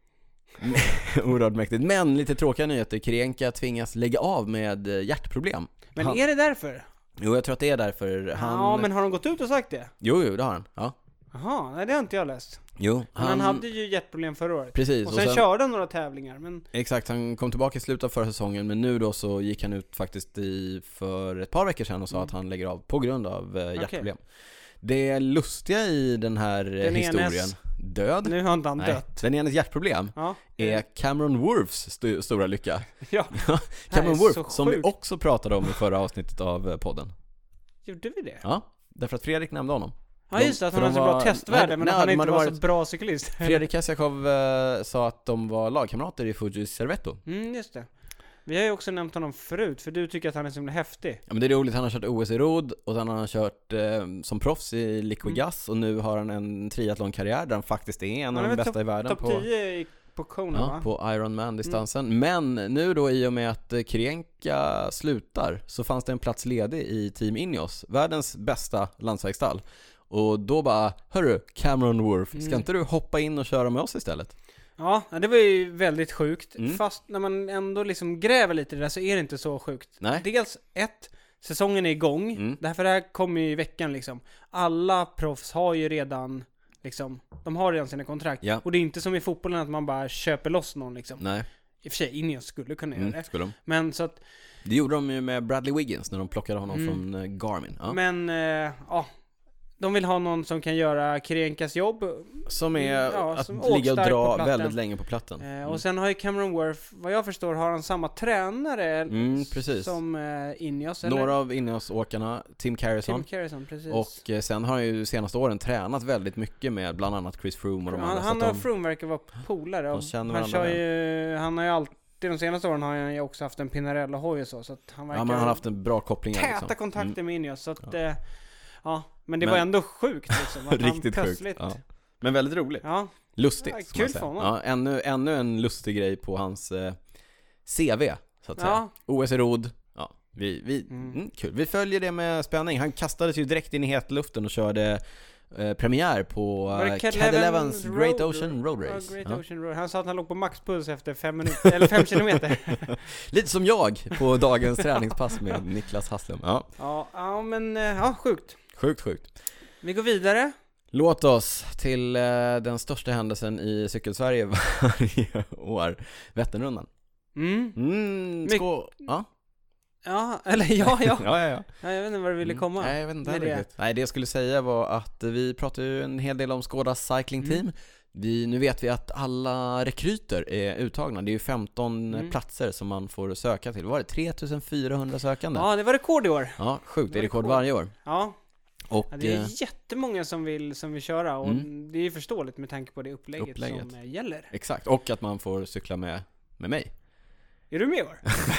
Oerhört mäktigt. Men lite tråkiga nyheter. Kirenka tvingas lägga av med eh, hjärtproblem. Men han, är det därför? Jo, jag tror att det är därför han... Ja, men har de gått ut och sagt det? Jo, jo, det har han. Ja. Jaha, nej det har inte jag läst. Jo, Men han, hade ju hjärtproblem förra året. Precis. Och sen, körde han några tävlingar, men... Exakt, han kom tillbaka i slutet av förra säsongen. Men nu då så gick han ut faktiskt i, för ett par veckor sedan och sa Mm. att han lägger av på grund av eh, hjärtproblem. Det lustiga i den här eh, Den historien, enes- död? Nu har inte han Nej, dött. den enes hjärtproblem Ja. är Cameron Wurfs st- stora lycka. Ja, Cameron Nej, så Wurf, som vi sjukt. också pratade om i förra avsnittet av eh, podden. gjorde vi det? Ja, därför att Fredrik nämnde honom. Ja De- just det, att för han de hade så bra var- testvärde, nej, men nej, att han de inte hade var varit- så bra cyklist. Fredrik Kassiakov eh, sa att de var lagkamrater i Fuji Servetto. Mm, just det. Vi har ju också nämnt honom förut, för du tycker att han är så himla häftig. Ja, men det är roligt, han har kört O S i rodd och sen har han kört eh, som proffs i Liquigas och nu har han en triathlonkarriär där han faktiskt är en Han av är de väl bästa i världen Topp på, tio i, på Kona ja, va? på Ironman-distansen. Men nu då i och med att eh, Kirenka slutar så fanns det en plats ledig i Team Ineos, världens bästa landsvägsstall. Och då bara, hörru, Cameron Wurf, ska Mm. inte du hoppa in och köra med oss istället? Ja, det var ju väldigt sjukt. Mm. Fast när man ändå liksom gräver lite i det där så är det inte så sjukt. Nej. Dels ett, säsongen är igång. Mm. Därför det här kommer ju i veckan liksom. Alla proffs har ju redan liksom, de har redan sina kontrakt. Ja. Och det är inte som i fotbollen att man bara köper loss någon liksom. Nej, I och för sig, Ineos skulle kunna göra mm, det. skulle de. Men så att, Det gjorde de ju med Bradley Wiggins när de plockade honom Mm. från eh, Garmin. Ja. men eh, ja. de vill ha någon som kan göra Kirenkas jobb. Som är Ja, att som ligga och åkstark på dra platten. väldigt länge på platten. Eh, Mm. och sen har ju Cameron Worth, vad jag förstår, har han samma tränare Mm, precis. som eh, Ineos, eller? Några av Ineos-åkarna, Tim Carrison. Tim Carrison, precis. Och eh, sen har han ju de senaste åren tränat väldigt mycket med bland annat Chris Froome och de han, andra. han så och att de, Froome verkar vara polare. de och känner han, varandra kör ju, han har ju alltid, de senaste åren har han ju också haft en Pinarello-hoj och så, så att han verkar ja, men han har haft en bra koppling. täta Liksom. kontakter Mm. med Ineos, så att Ja. eh, ja, men det Men- var ändå sjukt liksom. Att Riktigt han sjukt. plötsligt, Ja. Men väldigt roligt. ja. Lustigt. Ja, ska kul man säga. för honom. Ja, ännu, ännu en lustig grej på hans eh, C V, så att säga. Ja. O S i rodd. Ja, vi, vi, Mm. mm, kul. Vi följer det med spänning. Han kastades ju direkt in i hetluften och körde eh, premiär på Var det eh, Cat Cadel Evans Evans Great Road- Ocean Road Ja, Race. Great Ja. Ocean Road. Han sa att han låg på maxpuls efter fem minuter, eller fem kilometer. Lite som jag på dagens träningspass med Niklas Hasslum. Ja, Ja, ja, men eh, ja, sjukt. sjukt, sjukt. Vi går vidare. Låt oss till eh, den största händelsen i Cykelsverige varje år. Vätternrundan. Mm. Mm, My- skå... Ja. Ja, eller ja, ja. ja, ja, ja. ja. Jag vet inte var du ville komma. Mm. Nej, jag vet inte med det. riktigt. Nej, det jag skulle säga var att vi pratade ju en hel del om Skodas Cycling Team. Mm. Vi, nu vet vi att alla rekryter är uttagna. Det är ju femton Mm. platser som man får söka till. Var det tre tusen fyrahundra sökande? Ja, det var rekord i år. Ja, sjukt. Det är Det var rekord rekord. varje år. Ja, Och ja det är eh, jättemånga som vill, som vill köra och Mm. det är ju förståeligt med tanke på det upplägget, Upplägget. som eh, gäller. exakt. Och att man får cykla med, med mig. Är du med i år?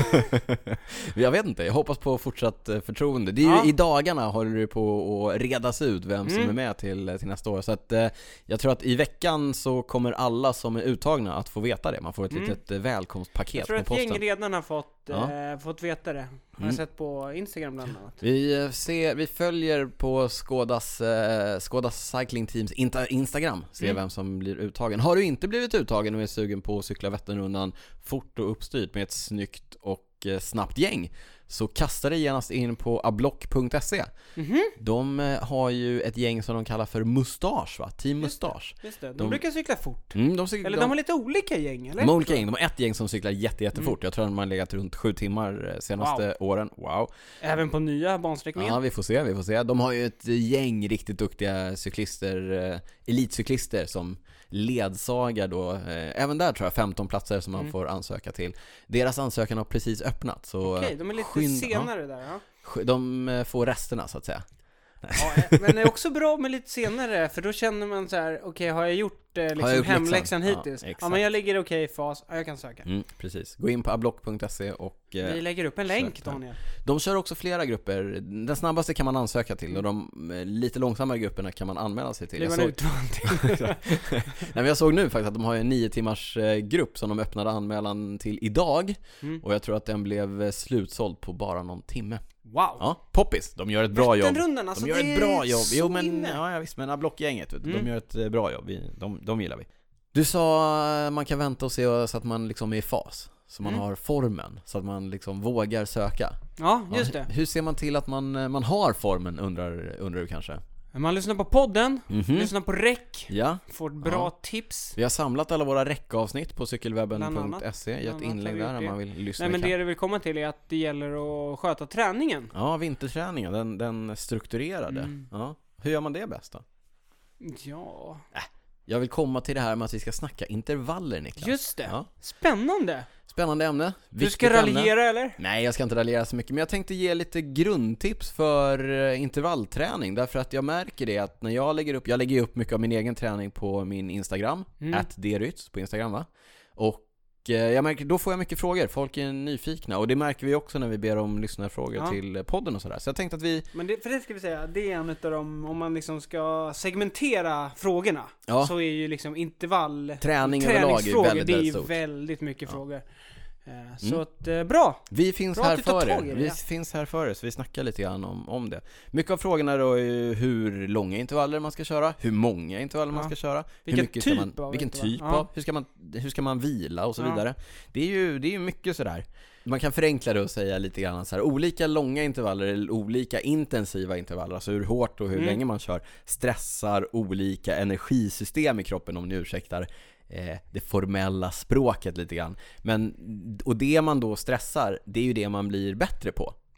Jag vet inte, jag hoppas på fortsatt eh, förtroende. Det är Ja. ju i dagarna håller det på att redas ut vem som Mm. är med till, till nästa år. Så att eh, jag tror att i veckan så kommer alla som är uttagna att få veta det. Man får ett Mm. litet eh, välkomstpaket Jag tror på att gäng posten. redan har fått, Ja. eh, fått veta det. Har Mm. jag sett på Instagram bland annat. Vi, eh, ser, vi följer på Skodas, eh, Skodas Cycling Teams inta, Instagram, ser Mm. vem som blir uttagen. Har du inte blivit uttagen och är sugen på att cykla Vätternrundan fort och uppstyrt med ett snyggt och eh, snabbt gäng, så kasta dig genast in på ablock punkt se. Mhm, De eh, har ju ett gäng som de kallar för Mustache, va? Team Just det. Mustache. just det. De, De- brukar cykla fort. Mm, de, cyk- Eller de, de har lite olika gäng, eller? de har olika gäng. De har ett gäng som cyklar jätte, jättefort. Mm. Jag tror att de har legat runt sju timmar eh, senaste åren. Wow. Även på nya bansträckningen. Ja, vi får se, vi får se. De har ju ett gäng riktigt duktiga cyklister, eh, elitcyklister som ledsagar då, eh, även där tror jag femton platser som man Mm. får ansöka till. Deras ansökan har precis öppnat, så Okej, de är lite skynda- senare där, ja. sk- de eh, får resterna så att säga. ja. Men det är också bra med lite senare, för då känner man så här: okej, har jag gjort eh, liksom jag gjort hemläxan läxan? Ja, hittills? Ja, exakt. men jag ligger okej i fas, ja, jag kan söka. Mm, precis. Gå in på ablock punkt se och eh, Vi lägger upp en länk, sök där. Daniel. de kör också flera grupper. Den snabbaste kan man ansöka till och de eh, lite långsammare grupperna kan man anmäla sig till. Blir Jag man såg, utvald till. Nej, men jag såg nu faktiskt att de har en nio timmars eh, grupp som de öppnade anmälan till idag. Mm. Och jag tror att den blev eh, slutsåld på bara någon timme. Wow! Ja, poppis, de gör ett bra jobb. Vätternrundan, alltså, De gör det ett bra är jobb. så Jo men, inne. ja, ja visst, men Ablock-gänget, vet du, de Mm. gör ett eh, bra jobb. Vi, de, de gillar vi. Du sa eh, man kan vänta och se så att man liksom är i fas. Så man Mm. har formen, så att man liksom vågar söka. Ja, just Ja, det. hur- Hur ser man till att man, eh, man har formen, undrar, undrar du kanske? Man lyssnar på podden, Mhm. lyssnar på rec, Ja, får ett bra Ja. tips. vi har samlat alla våra räckavsnitt på cykelwebben Bland punkt annat. se. Gett Bland annat inlägg har vi där gjort om det. man vill lyssna. Nej, men ikapp. det du vill komma till är att det gäller att sköta träningen. Ja, vinterträningen, den, den strukturerade. Mm. Ja. Hur gör man det bäst då? Ja, Jag vill komma till det här med att vi ska snacka intervaller, Niklas. just det. Ja. Spännande. Spännande ämne. Du ska Viktigt ämne. raljera, eller? Nej, jag ska inte raljera så mycket, men jag tänkte ge lite grundtips för eh, intervallträning. Därför att jag märker det att när jag lägger upp, jag lägger ju upp mycket av min egen träning på min Instagram, Mm. at derytz på Instagram, va? Och eh, jag märker, då får jag mycket frågor, folk är nyfikna. Och det märker vi också när vi ber om lyssnarfrågor Ja. till eh, podden och sådär. Så jag tänkte att vi, Men det, för det ska vi säga, det är en utav dem, om man liksom ska segmentera frågorna, ja, så är ju liksom intervall, träning överlag är träningsfrågor, väldigt, det är väldigt ju stort. väldigt mycket Ja. frågor. Eh, Så att, eh, bra! Vi finns Bra här att du tar för er. tag i det, Vi ja. finns här för er, så vi snackar lite grann om, om det. Mycket av frågorna då är ju hur långa intervaller man ska köra, hur många intervaller man Ja. ska köra, Vilken hur mycket ska typ man, av vilken intervall. typ Ja. av, hur ska man, hur ska man vila och så Ja. vidare. Det är ju, det är ju mycket sådär. Man kan förenkla det och säga lite grann så här, olika långa intervaller eller olika intensiva intervaller, alltså hur hårt och hur Mm. länge man kör, stressar olika energisystem i kroppen, om ni ursäktar eh, det formella språket lite grann. Men, och det man då stressar, det är ju det man blir bättre på.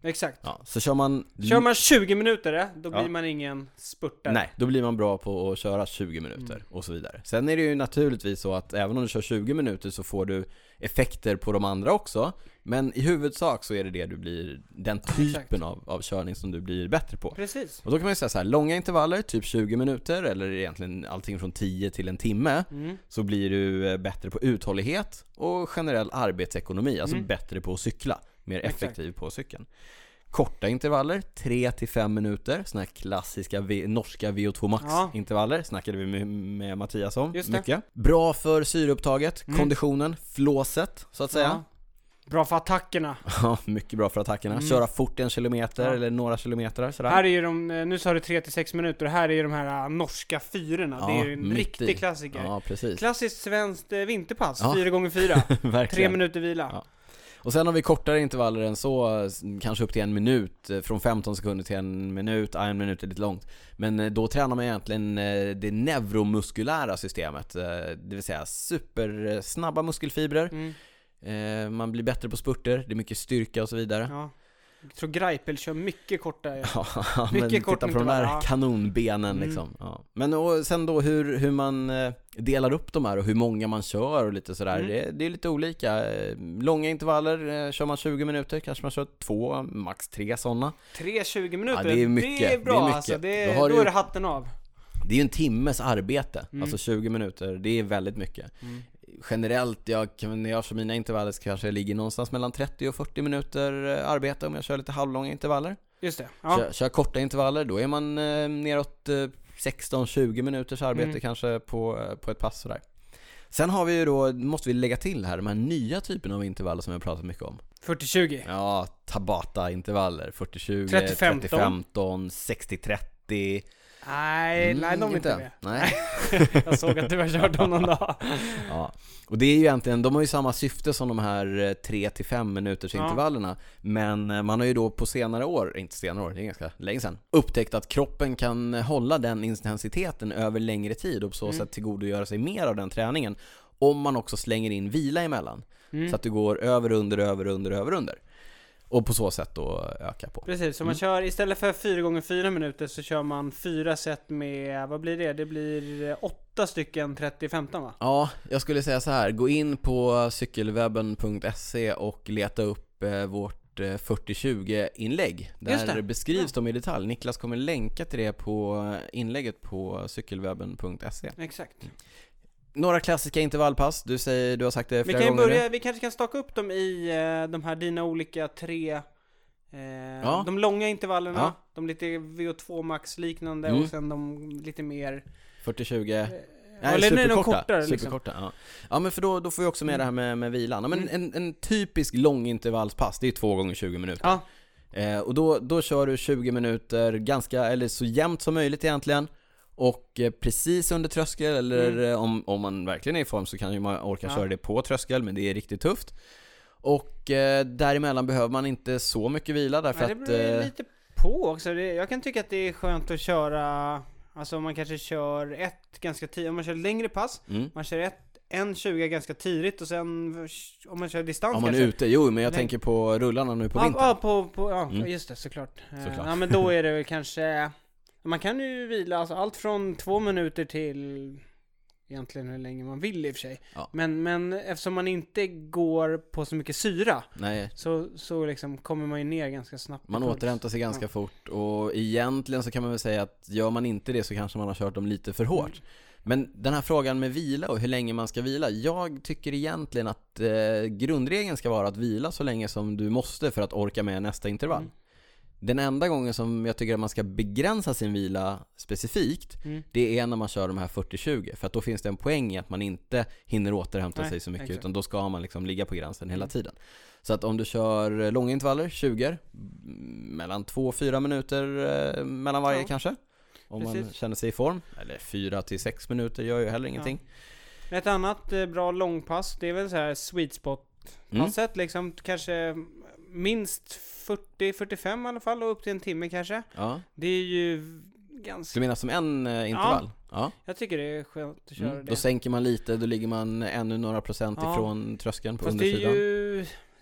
Exakt. Ja, så kör man... Kör man tjugo minuter, då blir Ja. man ingen spurtare. Nej, då blir man bra på att köra tjugo minuter Mm. och så vidare. Sen är det ju naturligtvis så att även om du kör tjugo minuter så får du effekter på de andra också. Men i huvudsak så är det det du blir, den typen av, av körning som du blir bättre på. Precis. Och då kan man ju säga så här, långa intervaller, typ tjugo minuter eller egentligen allting från tio till en timme, Mm. så blir du bättre på uthållighet och generell arbetsekonomi, alltså Mm. bättre på att cykla, mer Exakt. effektiv på cykeln. Korta intervaller, tre till fem minuter, såna här klassiska v- norska V O två Max Ja. intervaller snackade vi med, med Mattias om Just det. mycket. Bra för syreupptaget, Mm. konditionen, flåset så att säga. Ja. Bra för attackerna. Ja, mycket bra för attackerna. Mm. Köra fort en kilometer Ja. eller några kilometer sådär. Här är ju de, nu sa du tre till sex minuter, här är ju de här äh, norska fyrorna. Ja, det är ju en mitt riktig i. klassiker. Ja, precis. Klassiskt svenskt eh, vinterpass, Ja. fyra gånger fyra. Tre Verkligen. minuter vila. Ja. Och sen har vi kortare intervaller än så, kanske upp till en minut, från femton sekunder till en minut, ja, en minut är lite långt. Men då tränar man egentligen det neuromuskulära systemet, det vill säga supersnabba muskelfibrer. Mm. Man blir bättre på spurter, det är mycket styrka och så vidare. Ja. Jag tror Greipel kör mycket korta. Ja. Ja, Mycket men kort titta på de där intervall, ja. kanonbenen Mm. liksom. Ja. Men och sen då hur, hur man eh, delar upp de här och hur många man kör och lite sådär. Mm. Det, det är lite olika. Eh, Långa intervaller, eh, kör man tjugo minuter, kanske man kör två, max tre sådana. tre tjugo minuter, Ja, det är mycket. det är bra Det är mycket. alltså. Det, Då då, har du- är det hatten av. Det är ju en timmes arbete, Mm. alltså tjugo minuter, det är väldigt mycket. Mm. Generellt, jag, kan- när jag kör mina intervaller så kanske jag ligger någonstans mellan trettio och fyrtio minuter eh, arbete om jag kör lite halvlånga intervaller. Just det. Ja. Kör, kör korta intervaller, då är man eh, neråt eh, sexton tjugo minuters arbete Mm. kanske kanske på, eh, på ett pass sådär. Sen har vi ju då, måste vi lägga till här, de här nya typerna av intervaller som vi har pratat mycket om. fyrtio tjugo. Ja, Tabata-intervaller, fyrtio tjugo, trettio femton. trettio femton, sextio trettio. Nej, Mm, nej, de är inte med. Nej. Jag såg att du har kört dem någon dag. Ja. Och det är ju egentligen, de har ju samma syfte som de här tre till fem minuters Ja. intervallerna. Men eh, man har ju då på senare år, inte senare år, det är ganska länge sedan, upptäckt att kroppen kan hålla den intensiteten över längre tid och på så Mm. sätt tillgodogöra sig mer av den träningen. Om man också slänger in vila emellan. Mm. Så att det går över, under, över, under, över, under. Och på så sätt då öka på. Precis, så man Mm. kör istället för fyra gånger fyra minuter så kör man fyra set med, vad blir det? Det blir eh, åtta stycken trettio femton va? Ja, jag skulle säga så här. Gå in på cykelwebben punkt se och leta upp eh, vårt eh, fyrtio tjugo inlägg. Just Där det. beskrivs de i detalj. Niklas kommer länka till det på inlägget på cykelwebben punkt se. Exakt. Några klassiska intervallpass. Du säger, du har sagt det Vi flera kan ju gånger börja, nu. vi kanske kan staka upp dem i eh, de här dina olika tre eh, Ja. de långa intervallerna, Ja. de lite V O två Max liknande Mm. och sen de lite mer fyrtio tjugo. eh, Nej, eller nej, de superkorta. kortare liksom. superkorta ja. Ja, men för då, då får vi också med det här med, med vilan. Ja, men Mm. en, en typisk långintervallspass, det är två gånger tjugo minuter. Ja, Eh, och då, då kör du tjugo minuter ganska, eller så jämnt som möjligt egentligen. Och eh, precis under tröskel, eller Mm. eh, om, om man verkligen är i form så kan ju man orka Ja. köra det på tröskel, men det är riktigt tufft. Och eh, däremellan behöver man inte så mycket vila därför men det att... beror Eh, lite på också. Det, jag kan tycka att det är skönt att köra, alltså om man kanske kör ett ganska tidigt, om man kör längre pass, mm. man kör ett en tjugo ganska tidigt och sen om man kör distans Om man är kanske. ute, jo men jag Nej. tänker på rullarna nu på Ja, vintern. ja, på, på, ja Mm. just det, såklart. Eh, Såklart. Ja, men då är det väl kanske, man kan ju vila alltså allt från två minuter till egentligen hur länge man vill i och för sig. Ja. Men, men eftersom man inte går på så mycket syra Nej, så, så liksom kommer man ju ner ganska snabbt. man på puls. återhämtar sig ganska Ja. fort. Och egentligen så kan man väl säga att gör man inte det så kanske man har kört dem lite för hårt. Mm. Men den här frågan med vila och hur länge man ska vila, jag tycker egentligen att eh, grundregeln ska vara att vila så länge som du måste för att orka med nästa intervall. Mm. Den enda gången som jag tycker att man ska begränsa sin vila specifikt, Mm. det är när man kör de här fyrtio tjugo. För att då finns det en poäng i att man inte hinner återhämta Nej, sig så mycket, exakt. utan då ska man liksom ligga på gränsen hela Mm. tiden. Så att om du kör långa intervaller, tjugo, m- mellan två och fyra minuter eh, mellan varje Ja. kanske. Om man Precis. känner sig i form. Eller fyra till sex minuter gör ju heller ingenting. Ett annat eh, bra långpass, det är väl så här sweet spot Mm. passet liksom, kanske minst fyrtio till fyrtiofem i alla fall och upp till en timme kanske. Ja. Det är ju ganska, Du menar som en eh, intervall? Ja. jag tycker det är skönt att köra Mm. det. Då sänker man lite, då ligger man ännu några procent Ja. ifrån tröskeln på Fast det är undersidan. ju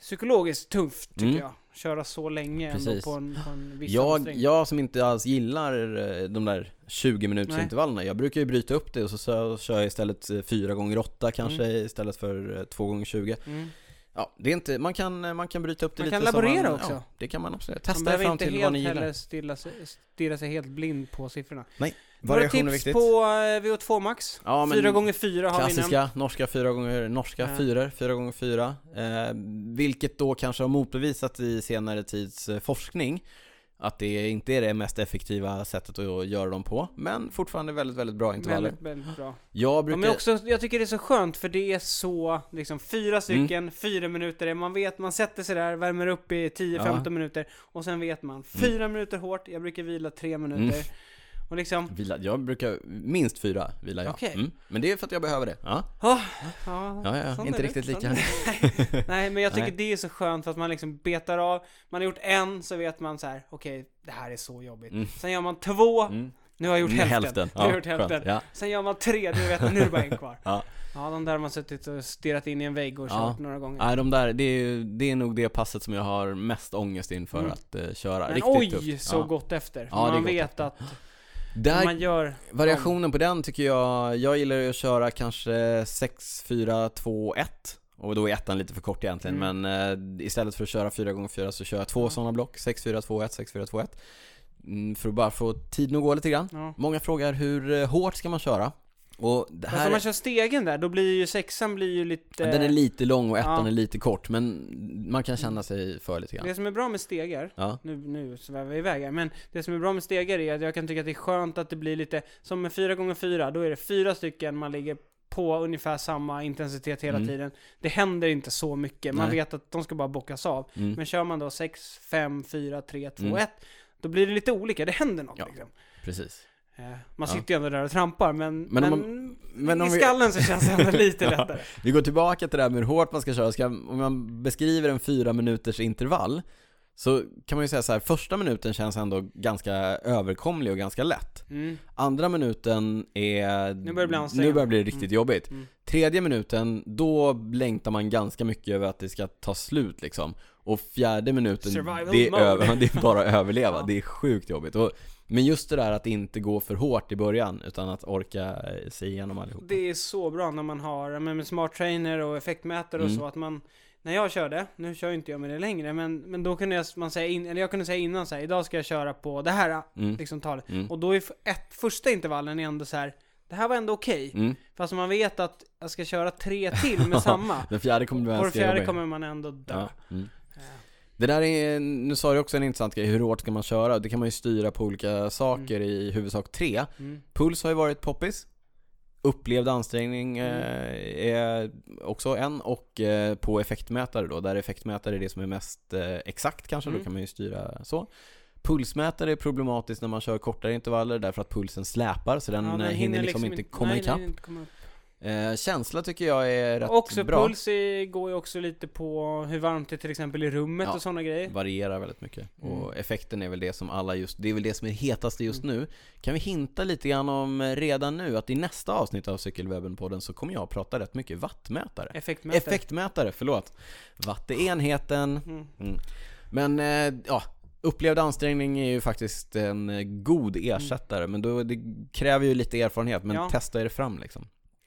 psykologiskt tufft tycker Mm. jag. Köra så länge ändå Precis. på en, på en viss Jag, ansträngning. jag som inte alls gillar eh, de där tjugo minuters Nej. intervallerna, jag brukar ju bryta upp det och så, så kör jag istället eh, fyra gånger åtta kanske Mm. istället för eh, två gånger tjugo. Mm. Ja, det är inte, man kan, man kan bryta upp det Man lite kan som laborera man, också. Ja, det kan man absolut. Man Testa behöver fram inte till vad helt ni gillar. heller stilla sig, stirra sig helt blind på siffrorna. Nej, Några variation är tips viktigt. på eh, V O två Max? Ja, men fyra gånger fyra har vi nämnt. klassiska, norska fyra gånger, norska Ja. fyror, fyra gånger fyra. Eh, vilket då kanske har motbevisat i senare tids eh, forskning att det inte är det mest effektiva sättet att göra dem på. Men fortfarande väldigt, väldigt bra intervaller. Väldigt, väldigt bra. Jag brukar... Ja, men också, jag tycker det är så skönt för det är så liksom fyra stycken, Mm. fyra minuter. Man vet, man sätter sig där, värmer upp i tio femton Ja. minuter och sen vet man, fyra minuter hårt, jag brukar vila tre minuter. Mm. Och liksom, Vila, jag brukar minst fyra vila jag. Okej. Mm. Men det är för att jag behöver det. Ja, ja, ja, ja sån inte är det, riktigt sån lika. är det. Nej, men jag tycker Nej. det är så skönt för att man liksom betar av. Man har gjort en, så vet man så här: okej, det här är så jobbigt. Mm. Sen gör man två, Mm. nu har jag gjort Mm, hälften. Nu har jag gjort skönt. hälften. Ja. Sen gör man tre, du vet, nu är det bara en kvar. Ja. Ja, de där har man suttit och stirrat in i en vägg och Ja. kört några gånger. Nej, de där, det är, det är nog det passet som jag har mest ångest inför Mm. att uh, köra. Men Riktigt oj, tufft. så Ja. gott efter. För Ja, det är man gott vet efter. att Där, man gör... variationen på den tycker jag, jag gillar ju att köra kanske sex, fyra, två, ett. Och då är ettan lite för kort egentligen. Mm. Men uh, istället för att köra fyra gånger fyra så kör jag två Ja. sådana block. sex, fyra, två, ett, sex, fyra, två, ett. Mm, för att bara få tiden att gå lite grann. Ja. Många frågar hur uh, hårt ska man köra? Och det Fast här, om man kör stegen där, då blir ju sexan blir ju lite... den är lite lång och ettan Ja. är lite kort. Men man kan känna sig för lite grann. Det som är bra med stegar, Ja. nu, nu svävar vi iväg här, men det som är bra med stegar är att jag kan tycka att det är skönt att det blir lite, som med fyra gånger fyra, då är det fyra stycken, man ligger på ungefär samma intensitet hela Mm. tiden. Det händer inte så mycket, man Nej. vet att de ska bara bockas av. Mm. Men kör man då sex, fem, fyra, tre, två, Mm. ett, då blir det lite olika, det händer något Ja. liksom. Precis. Eh, Man Ja. sitter ju ändå där och trampar, men, Men men, om men om i vi- skallen så känns det ändå lite Ja. lättare. Vi går tillbaka till det här med hur hårt man ska köra. Ska, om man beskriver en fyra minuters intervall så kan man ju säga så här: första minuten känns ändå ganska överkomlig och ganska lätt. Mm. Andra minuten är... Nu börjar det bli Nu ansträngande. börjar det bli riktigt Mm. jobbigt. Mm. Tredje minuten, då längtar man ganska mycket över att det ska ta slut liksom. Och fjärde minuten, Survival det är, mode. över, det är bara att överleva. Ja. Det är sjukt jobbigt. Och, men just det där att inte gå för hårt i början utan att orka sig igenom allihop. Det är så bra när man har men med smart trainer och effektmätare och Mm. så, att man, när jag körde, nu kör inte jag med det längre, men, men då kunde jag, man säga in, eller jag kunde säga innan så här: idag ska jag köra på det här Mm. liksom talet. Mm. Och då är f- ett, första intervallen är ändå så här: det här var ändå okej. Mm. Fast man vet att jag ska köra tre till med samma. Den fjärde kommer bli På det ganska fjärde jobbig. kommer man ändå dö. Ja. Mm. Ja. Det där är, nu sa du också en intressant grej, hur hårt ska man köra? Det kan man ju styra på olika saker, i huvudsak tre. Mm. Puls har ju varit poppis. Upplevd ansträngning Mm. eh, är också en. Och eh, på effektmätare då, där effektmätare är det som är mest eh, exakt kanske, Mm. då kan man ju styra så. Pulsmätare är problematiskt när man kör kortare intervaller därför att pulsen släpar, så den, Ja, eh, hinner liksom, inte komma nej, ikapp. nej, inte komma upp. Eh, känsla tycker jag är rätt Också bra. puls är, går ju också lite på hur varmt det är till exempel i rummet Ja. och sådana grejer. Varierar väldigt mycket. Mm. Och effekten är väl det som alla just, det är väl det som är hetaste just Mm. nu. Kan vi hinta lite grann om redan nu att i nästa avsnitt av Cykelwebben-podden så kommer jag att prata rätt mycket wattmätare. Effektmätare. Effektmätare, förlåt. Watt är enheten. Mm. Mm. Men eh, ja, upplevd ansträngning är ju faktiskt en eh, god ersättare. Men då, det kräver ju lite erfarenhet. Men Ja. testa er fram liksom.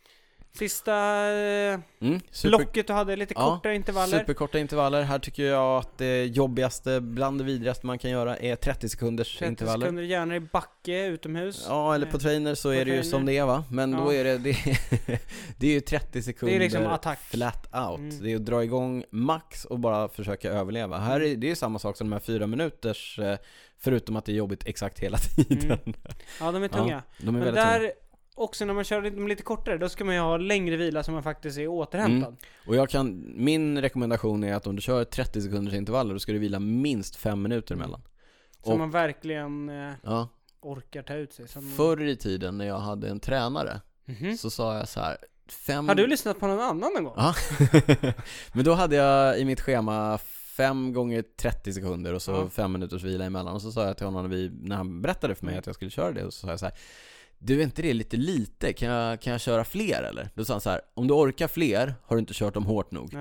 Sista eh, Mm, super, blocket du hade, lite Ja, kortare intervaller. superkorta intervaller. Här tycker jag att det jobbigaste, bland det vidrigaste man kan göra är trettio sekunders trettio intervaller. sekunder, gärna i backe, utomhus. Ja, eller på Eh, trainer så på är det ju trainer. som det är, va? Men Ja. då är det, det, det är ju trettio sekunder Det är liksom attack. flat out. Mm. Det är att dra igång max och bara försöka överleva. Här är det är samma sak som de här fyra minuters, eh, förutom att det är jobbigt exakt hela tiden. Mm. Ja, de är tunga. Ja, de är Men väldigt tunga. där, också när man kör lite, lite kortare, då ska man ju ha längre vila så man faktiskt är återhämtad. Mm. Och jag kan, min rekommendation är att om du kör trettio sekunders intervaller, då ska du vila minst fem minuter emellan. Så Och- man verkligen eh, Ja. orkar ta ut sig. Som... Förr i tiden när jag hade en tränare Mhm. så sa jag så här: fem... Har du lyssnat på någon annan någon gång? Ja. Men då hade jag i mitt schema fem gånger trettio sekunder och så Ja. fem minuters vila emellan. Och så sa jag till honom när, vi, när han berättade för mig Mm. att jag skulle köra det, och så sa jag så här: du, är inte det lite lite? Kan jag, kan jag köra fler eller? Då sa han så här: om du orkar fler har du inte kört dem hårt nog. Nej.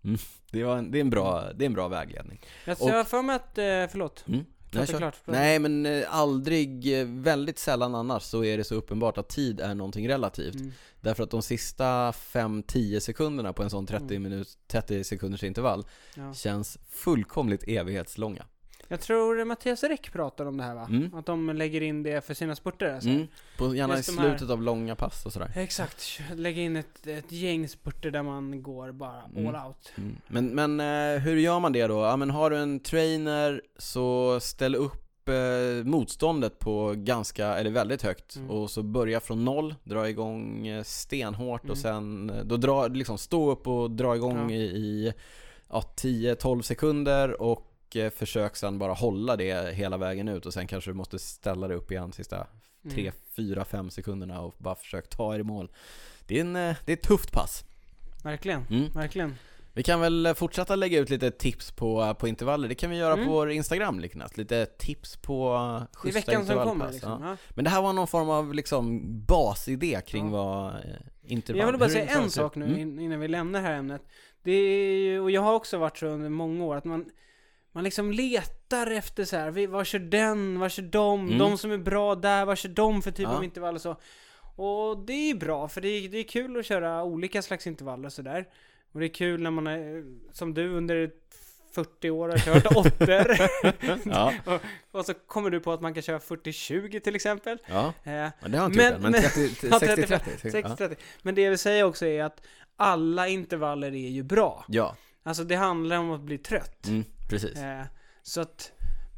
Mm. Det, var en, det, är en bra, det är en bra vägledning. Jag Och- ser för mig att, eh, förlåt. Mm. Nej, Klart är kör. klart. Nej, men eh, aldrig, eh, väldigt sällan annars så är det så uppenbart att tid är någonting relativt. Mm. Därför att de sista fem till tio sekunderna på en sån trettio, minut, trettio sekunders intervall Ja. känns fullkomligt evighetslånga. Jag tror Mattias Räck pratar om det här va? Mm. Att de lägger in det för sina spurter alltså. Mm. På, gärna i Just de här- slutet av långa pass och sådär. Exakt, lägga in ett, ett gäng spurter där man går bara Mm. all out. Mm. Men, men eh, hur gör man det då? Ja, men har du en trainer så ställ upp eh, motståndet på ganska, eller väldigt högt Mm. och så börja från noll, dra igång eh, stenhårt Mm. och sen eh, då dra, liksom stå upp och dra igång Ja. i, i ja, tio till tolv sekunder och eh, försök sen bara hålla det hela vägen ut och sen kanske du måste ställa dig upp igen sista tre, Mm. fyra, fem sekunderna och bara försök ta er i mål. Det är, en, eh, det är ett tufft pass. Verkligen, Mm. verkligen. Vi kan väl fortsätta lägga ut lite tips på, på intervaller. Det kan vi göra Mm. på vår Instagram liknande. Lite tips på I schyssta veckan som intervallpass. kommer liksom. Ja. Ja. Men det här var någon form av liksom basidé kring Ja. vad eh, intervall. Jag vill bara hur säga intervall en ser ut. sak nu Mm. in- innan vi lämnar det här ämnet. Det är ju, och jag har också varit så under många år att man man liksom letar efter så här, vi- vad kör den, vad kör de, Mm. de som är bra där, vad kör de för typ Ja. av intervall och så. Och det är ju bra, för det är, det är kul att köra olika slags intervaller och sådär. Och det är kul när man är, som du under fyrtio år har kört åttor. Ja, och, och så kommer du på att man kan köra fyrtio tjugo till exempel. ja. Eh, Ja, det har jag inte Men- gjort än, men men- trettio, Ja, sextio trettiofem, trettio. sextio Ja. trettio. Men det jag vill säga också är att alla intervaller är ju bra. Ja, Alltså det handlar om att bli trött. mm, precis. Eh, så att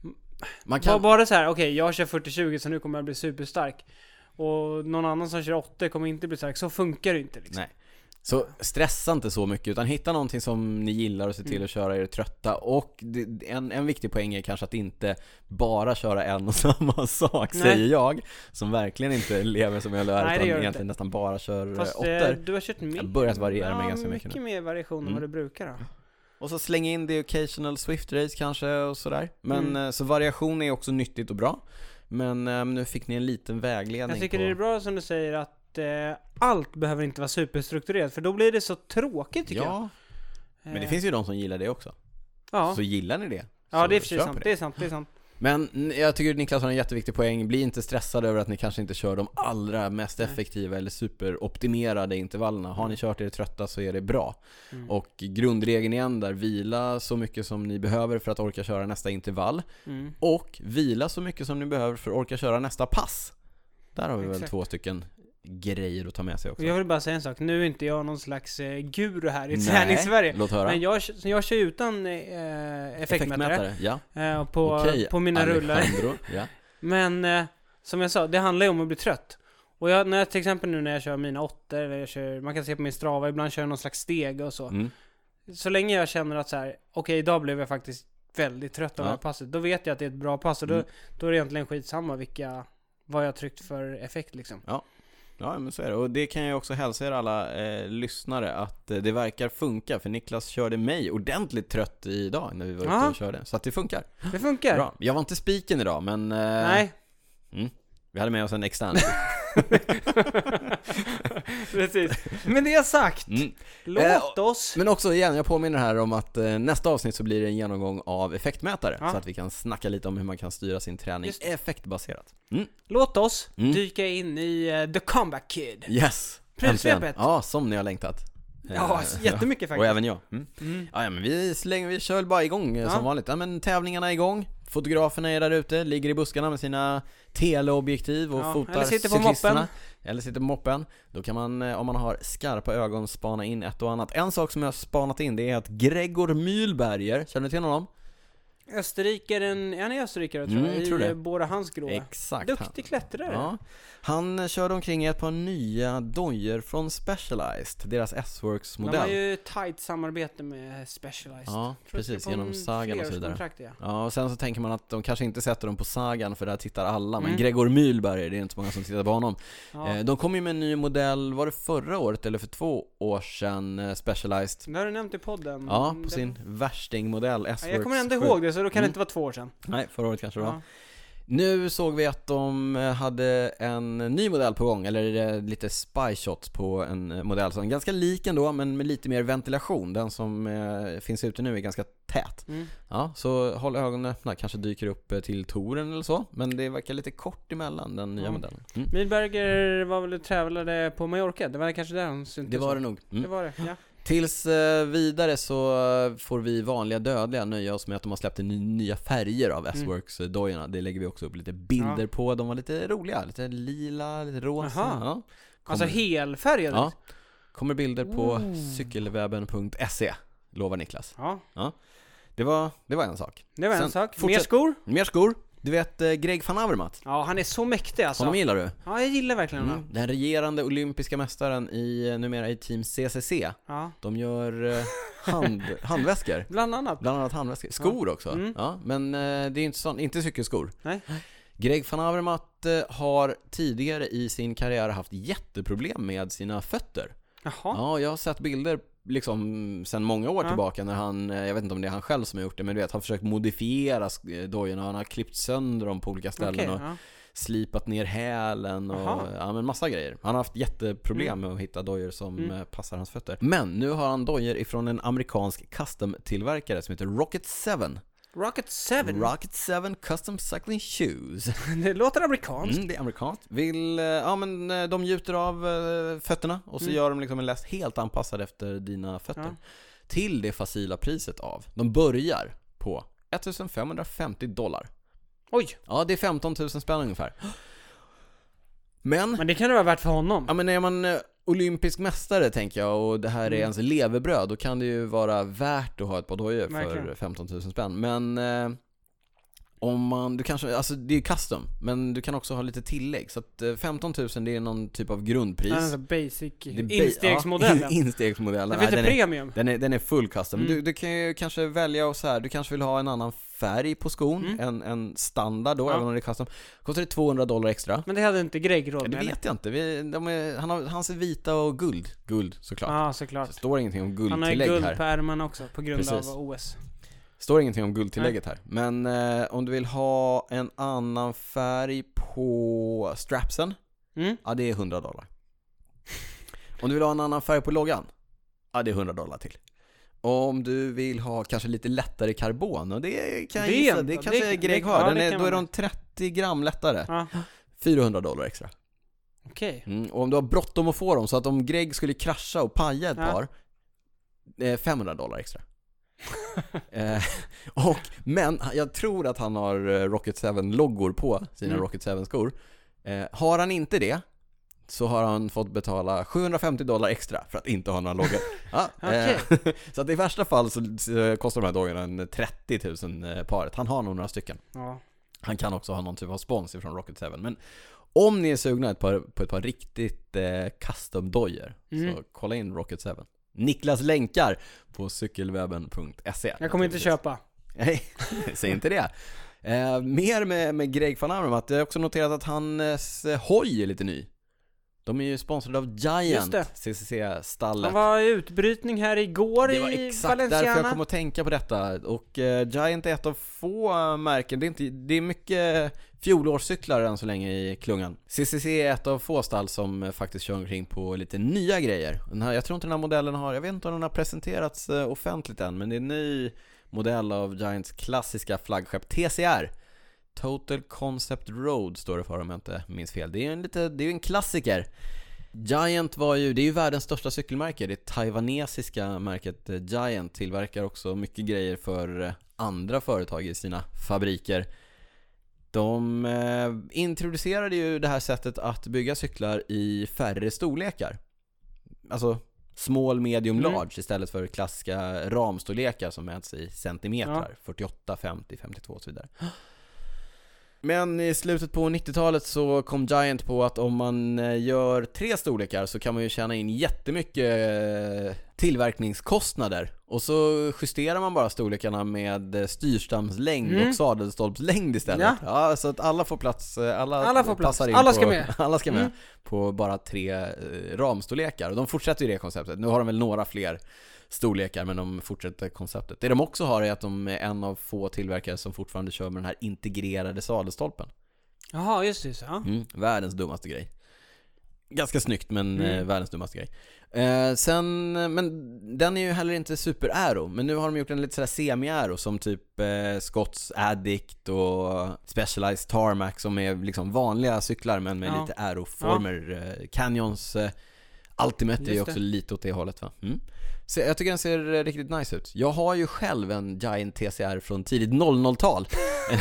Man Bara, kan... bara så här, okej, jag kör fyrtio tjugo så nu kommer jag bli superstark. Och någon annan som kör åttio kommer inte bli stark. Så funkar det inte liksom. Nej. Så stressa inte så mycket utan hitta någonting som ni gillar och se till Mm. att köra er trötta. Och det, en, en viktig poäng är kanske att inte bara köra en och samma sak, Nej. säger jag. Som verkligen inte lever som jag lär Nej, det utan gör du egentligen inte. nästan bara kör Fast åttor. eh, du har kört mer. Jag har börjat variera mig ja, ganska mycket mycket nu. mer variation än Mm. vad du brukar då. Och så släng in the occasional Swift race kanske och sådär. Men Mm. eh, så variation är också nyttigt och bra. Men eh, nu fick ni en liten vägledning Jag tycker på... det är bra som du säger att eh, allt behöver inte vara superstrukturerat. För då blir det så tråkigt tycker jag. Ja, men det Eh, finns ju de som gillar det också. ja. Så gillar ni det, ja, så det är för sig kör sant. på Det är sant, det är sant. Men n- jag tycker Niklas har en jätteviktig poäng. Bli inte stressad över att ni kanske inte kör de allra mest Nej. effektiva eller superoptimerade intervallerna. Har ni kört er trötta så är det bra. Mm. Och grundregeln igen där, vila så mycket som ni behöver för att orka köra nästa intervall. Mm. Och vila så mycket som ni behöver för att orka köra nästa pass. Där har vi väl Exakt. två stycken grejer att ta med sig också. Och jag vill bara säga en sak. Nu är inte jag någon slags eh, guru här i Nej, träningssverige. låt höra. Men jag, så jag kör utan eh, effektmätare ja. eh, på, Okej, på mina rullar. Alejandro. Ja. Men eh, som jag sa, det handlar ju om att bli trött. Och jag, när jag, till exempel nu när jag kör mina åttor, eller jag kör, man kan se på min Strava, ibland kör jag någon slags steg och så. Mm. Så länge jag känner att så här, okej, idag blev jag faktiskt väldigt trött av Ja. det här passet. Då vet jag att det är ett bra pass och då, Mm. då är det egentligen skitsamma vilka, vad jag har tryckt för effekt liksom. Ja, men så är det. Och det kan jag också hälsa er alla eh, lyssnare att eh, det verkar funka. För Niklas körde mig ordentligt trött idag när vi var ute Ja. och körde. Så att det funkar. Det funkar. Bra. Jag var inte spiken idag, men eh, Nej. vi hade med oss en extern. Precis. Men det jag sagt, Mm. låt Eh, oss. Men också igen, jag påminner här om att eh, nästa avsnitt så blir det en genomgång av effektmätare. Ja. Så att vi kan snacka lite om hur man kan styra sin träning Just det. effektbaserat. Mm. Låt oss Mm. dyka in i uh, The Comeback Kid. Yes! Prylsvepet. Äntligen. Ja, som ni har längtat. Ja, Eh, jättemycket Och faktiskt. även jag. Mm. Mm. Ja, ja, men vi slänger, vi kör väl bara igång eh, Ja. som vanligt. Ja, men tävlingarna är igång. Fotograferna är där ute, ligger i buskarna med sina teleobjektiv och Ja, fotar eller sitter på cyklisterna. moppen. Eller sitter på moppen. Då kan man, eh, om man har skarpa ögon, spana in ett och annat. En sak som jag har spanat in, det är att Gregor Mühlberger, känner du till honom? Österrikaren, är han är österrikare tror Mm, jag, tror i det. eh, Bora Hansgrohe. Exakt. Duktig klättrare. Ja. Han körde omkring i ett par nya dojor från Specialized, deras S-Works De har modell. ju tight samarbete med Specialized. Ja, Tror precis, på genom en Sagan och så vidare. flerårskontrakt, ja. Ja, och sen så tänker man att de kanske inte sätter dem på Sagan för där tittar alla. Men Mm. Gregor Mühlberger, det är inte så många som tittar på honom. Ja. Eh, De kom ju med en ny modell, var det förra året eller för två år sedan, eh, Specialized. Det har du nämnt i podden. Ja, Men på det- sin värstingmodell Ja, S-Works jag kommer ändå sju. ihåg det, så då kan Mm. det inte vara två år sedan. Nej, förra året kanske det var. Ja. Nu såg vi att de hade en ny modell på gång, eller lite spy shots på en modell som är ganska lik ändå, men med lite mer ventilation. Den som eh, finns ute nu är ganska tät. Mm. Ja, så håll ögonen öppna, kanske dyker upp till touren eller så, men det verkar lite kort emellan den nya mm. modellen. Mm. Milberger var väl trävlade på Mallorca, det var kanske där hon syntes. Det var det nog. Mm. Det var det, ja. Tills eh, vidare så får vi vanliga dödliga nöja oss med att de har släppt ny, nya färger av S-Works-dojorna. Det lägger vi också upp lite bilder ja. på. De var lite roliga, lite lila, lite rosa. Ja. Alltså helfärgade? Ja. Kommer bilder på oh. cykelwebben punkt se, lovar Niklas. Ja. Ja. Det var, det var en sak. Det var en Sen, sak. Fortsätt. Mer skor? Mer skor. Du vet eh, Greg van Avermaet. Ja, han är så mäktig alltså. Honom gillar du? Ja, jag gillar verkligen honom. Mm. Den regerande olympiska mästaren i, numera i team C C C. Ja. De gör eh, hand, handväskor. Bland annat. Bland annat handväskor. Skor ja. också. Mm. Ja, men eh, det är inte, sån, inte cykelskor. Nej. Greg van Avermaet eh, har tidigare i sin karriär haft jätteproblem med sina fötter. Jaha. Ja, jag har sett bilder liksom sen många år ja. tillbaka när han, jag vet inte om det är han själv som har gjort det, men du vet, han har försökt modifiera dojorna, han har klippt sönder dem på olika ställen okay, och ja. slipat ner hälen och ja, men massa grejer. Han har haft jätteproblem mm. med att hitta dojor som mm. passar hans fötter. Men nu har han dojor ifrån en amerikansk custom-tillverkare som heter Rocket seven. Rocket seven? Rocket seven Custom Cycling Shoes. Det låter amerikanskt. Mm, det är amerikanskt. Vill, ja men de gjuter av uh, fötterna och så mm. gör de liksom en läst helt anpassad efter dina fötter. Ja. Till det facila priset av. De börjar på femtonhundrafemtio dollar. Oj! Ja, det är femton tusen spänn ungefär. Men, men det kan det vara värt för honom. Ja, men är man uh, olympisk mästare tänker jag och det här är mm. ens levebröd, då kan det ju vara värt att ha ett par dojor för femton tusen spänn. Men eh, om man, du kanske, alltså det är ju custom, men du kan också ha lite tillägg. Så att eh, femton tusen det är någon typ av grundpris. Alltså basic, ba- instegsmodellen. Ja, instegsmodellen. Det är lite premium. Den är, den är full custom. Mm. Du, du kan ju kanske välja och så här, du kanske vill ha en annan färg på skon, mm. en, en standard då, ja. även om det är custom. Kostar det tvåhundra dollar extra. Men det hade inte Greg råd med? Ja, det vet jag inte. Vi, de är, han har hans är vita och guld. Guld såklart. Ja, såklart. Så det står ingenting om guldtillägg här. Han har guld på ärmen också på grund Precis. av O S. Står ingenting om guldtillägget här. Men eh, om du vill ha en annan färg på strapsen, mm. ja det är hundra dollar. Om du vill ha en annan färg på loggan, ja det är hundra dollar till. Om du vill ha kanske lite lättare karbon, och det kan jag det, gissa, det kanske det, Greg har, ja, den är, då är man. de trettio gram lättare. Ja. fyrahundra dollar extra. Okej. Okay. Mm, och om du har bråttom att få dem, så att om Greg skulle krascha och paja ett ja. par, eh, femhundra dollar extra. eh, och, men jag tror att han har Rocket seven-loggor på sina mm. Rocket seven-skor. Eh, har han inte det, så har han fått betala sjuhundrafemtio dollar extra för att inte ha några loggor. Ja, okay. eh, så att i värsta fall så kostar de här dojorna en trettio tusen paret. Han har nog några stycken. Ja. Han kan också ha någon typ av spons från Rocket seven. Men om ni är sugna ett par, på ett par riktigt eh, custom-dojor, mm. så kolla in Rocket seven. Niklas länkar på cykelwebben punkt se. Jag kommer inte köpa. Nej, säg inte det. Eh, mer med, med Greg van Avermaet. Jag har också noterat att hans eh, hoj är lite ny. De är ju sponsrade av Giant, C C C-stallet. Han var i utbrytning här igår i Valenciana. Det var exakt därför jag kom att tänka på detta. Och eh, Giant är ett av få märken. Det är, inte, det är mycket fjolårscyklar än så länge i klungan. C C C är ett av få stall som eh, faktiskt kör omkring på lite nya grejer. Den här, jag tror inte den här modellen har, jag vet inte om den har presenterats eh, offentligt än, men det är en ny modell av Giants klassiska flaggskepp T C R. Total Concept Road står det för, om jag inte minns fel. Det är ju en, lite, det är en klassiker. Giant var ju, det är ju världens största cykelmärke. Det taiwanesiska märket Giant tillverkar också mycket grejer för andra företag i sina fabriker. De eh, introducerade ju det här sättet att bygga cyklar i färre storlekar. Alltså small, medium, large mm. istället för klassiska ramstorlekar som mäts i centimeter. Ja. fyrtioåtta, femtio, femtiotvå och så vidare. Men i slutet på nittiotalet så kom Giant på att om man gör tre storlekar så kan man ju tjäna in jättemycket tillverkningskostnader. Och så justerar man bara storlekarna med styrstamslängd mm. och sadelstolpslängd istället. Ja. Ja, så att alla får plats. Alla, alla får plats. In alla ska på, med. Alla ska med mm. på bara tre ramstorlekar. Och de fortsätter ju det konceptet. Nu har de väl några fler storlekar, men de fortsätter konceptet. Det de också har är att de är en av få tillverkare som fortfarande kör med den här integrerade sadelstolpen. Jaha, just det. Ja. Mm, världens dummaste grej. Ganska snyggt, men Mm. eh, världens dummaste grej. Eh, sen, men den är ju heller inte super-aero. Men nu har de gjort en lite sådär semi-aero som typ eh, Scotts Addict och Specialized Tarmac, som är liksom vanliga cyklar men med Ja. lite aeroformer. Ja. Canyons eh, Ultimate är ju Just också det. lite åt det hållet, va? Mm. Så jag tycker den ser eh, riktigt nice ut. Jag har ju själv en Giant T C R från tidigt noll noll-tal.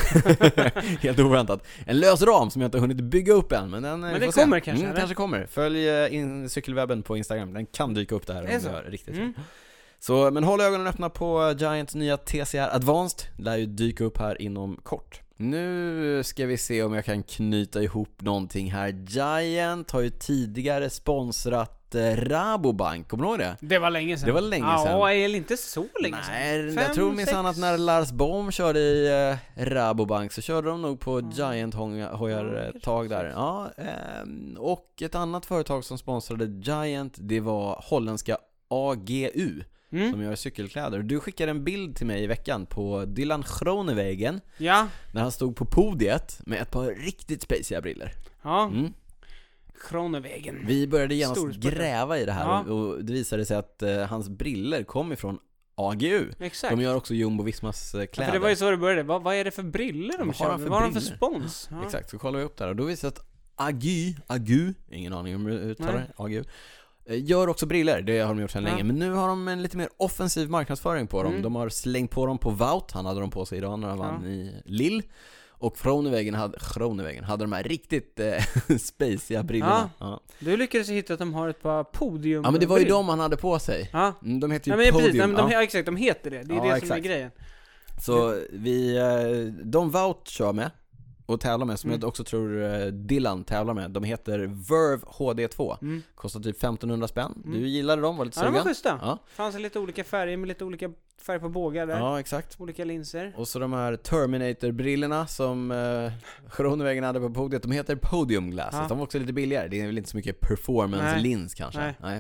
Helt oväntat. En lös ram som jag inte har hunnit bygga upp än, men den, Men det kommer kanske, mm, eller? kanske kommer. Följ eh, in cykelwebben på Instagram. Den kan dyka upp där om Är det det så? gör riktigt. Mm. Så, men håll ögonen öppna på Giants nya T C R Advanced. Lär ju dyka upp här inom kort. Nu ska vi se om jag kan knyta ihop någonting här. Giant har ju tidigare sponsrat eh, Rabobank. Kommer du ihåg det? Det var länge sedan. Det var länge sedan. Ja, är det inte så länge sedan? Nej, Fem, jag tror minst sex? annat när Lars Bohm körde i eh, Rabobank så körde de nog på Mm. Giant hojar Ja, ett kanske tag där. precis. Ja, ehm, och ett annat företag som sponsrade Giant, det var holländska A G U Mm. som gör cykelkläder. Du skickade en bild till mig i veckan på Dylan Groenewegen Ja, när han stod på podiet med ett par riktigt spaciga briller. ja. Mm. Kronovägen. Vi började genast Storsporten. gräva i det här Ja. och, och det visade sig att eh, hans briller kom ifrån A G U. Exakt. De gör också Jumbo Vismas eh, Ja, kläder. för det var ju så det började. Vad, vad är det för briller de Vad har kör? de för Vad har de för briller? spons? Ja. Exakt, så kollar vi upp där och då visar det att Agu, Agu, ingen aning om hur du uttalar Nej. det, Agu, eh, gör också briller, det har de gjort sedan Ja. länge. Men nu har de en lite mer offensiv marknadsföring på dem. Mm. De har slängt på dem på Wout, han hade dem på sig idag när han Ja. vann i Lille. Och Groenewegen hade, Groenewegen hade de här riktigt eh, spaciga brillorna. Ja. Ja. Du lyckades hitta att de har ett par podium. ja, men det var ju de han hade på sig. Ja. Mm, De heter ju Ja, men Podium. precis, nej, men de, ja. ja, exakt, de heter det. Det är Ja, det som exakt. är grejen. Så vi, eh, de Wout kör med och tävlar med, som Mm. jag också tror eh, Dylan tävlar med. De heter Verve H D två. Mm. Kostar typ femtonhundra spänn. Mm. Du gillade dem, var lite Ja, de var sugen. schyssta. Ja. Fanns det lite olika färger med lite olika färger på bågar där. Ja, exakt. Olika linser. Och så de här Terminator-brillorna som eh, Groenewegen hade på podiet. De heter Podium Glasses. Ja. De var också lite billigare. Det är väl inte så mycket performance-lins kanske. Nej.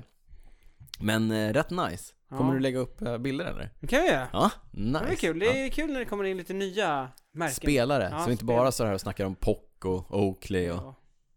Men eh, rätt nice. Kommer Ja. du lägga upp eh, bilder eller? Det kan vi göra. Ja, nice. Det är kul. Det Ja. är kul när det kommer in lite nya märken. Spelare, Ja, så vi inte spel. bara står här och snackar om P O C och Oakley och... Ja.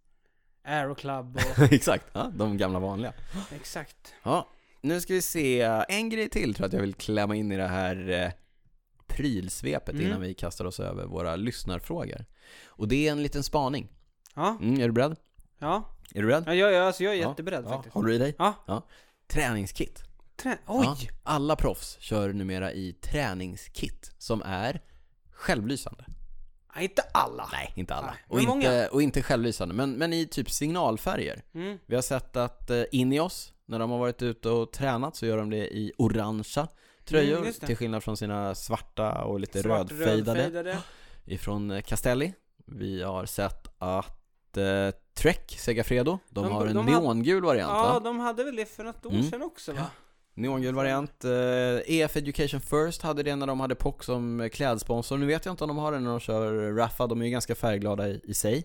Aero Club och... Exakt, ja, de gamla vanliga. Exakt. Ja, nu ska vi se. En grej till tror jag att jag vill klämma in i det här eh, prylsvepet Mm. innan vi kastar oss över våra lyssnarfrågor. Och det är en liten spaning. Ja. Mm, är du beredd? Ja. Är du beredd? Ja, jag, jag, alltså jag är Ja. jätteberedd Ja, faktiskt. håller du i dig? Ja. Träningskit. Trä... Oj! Ja, alla proffs kör numera i träningskit som är självlysande. Nej, inte alla. Nej, inte alla. Nej, Och, men inte, många. och inte självlysande, men, men i typ signalfärger. Mm. Vi har sett att eh, Ineos, när de har varit ute och tränat, så gör de det i orangea tröjor, Mm, just det. till skillnad från sina svarta och lite Svart, rödfejdade rödfejdade. ifrån eh, Castelli. Vi har sett att eh, Trek Segafredo, de, De- har en de har- neongul variant, Ja, va? de hade väl det för något år Mm. sedan också, va? Neongul variant. eh, E F Education First hade det när de hade P O C som klädsponsor. Nu vet jag inte om de har det när de kör Raffa, de är ju ganska färgglada i, i sig.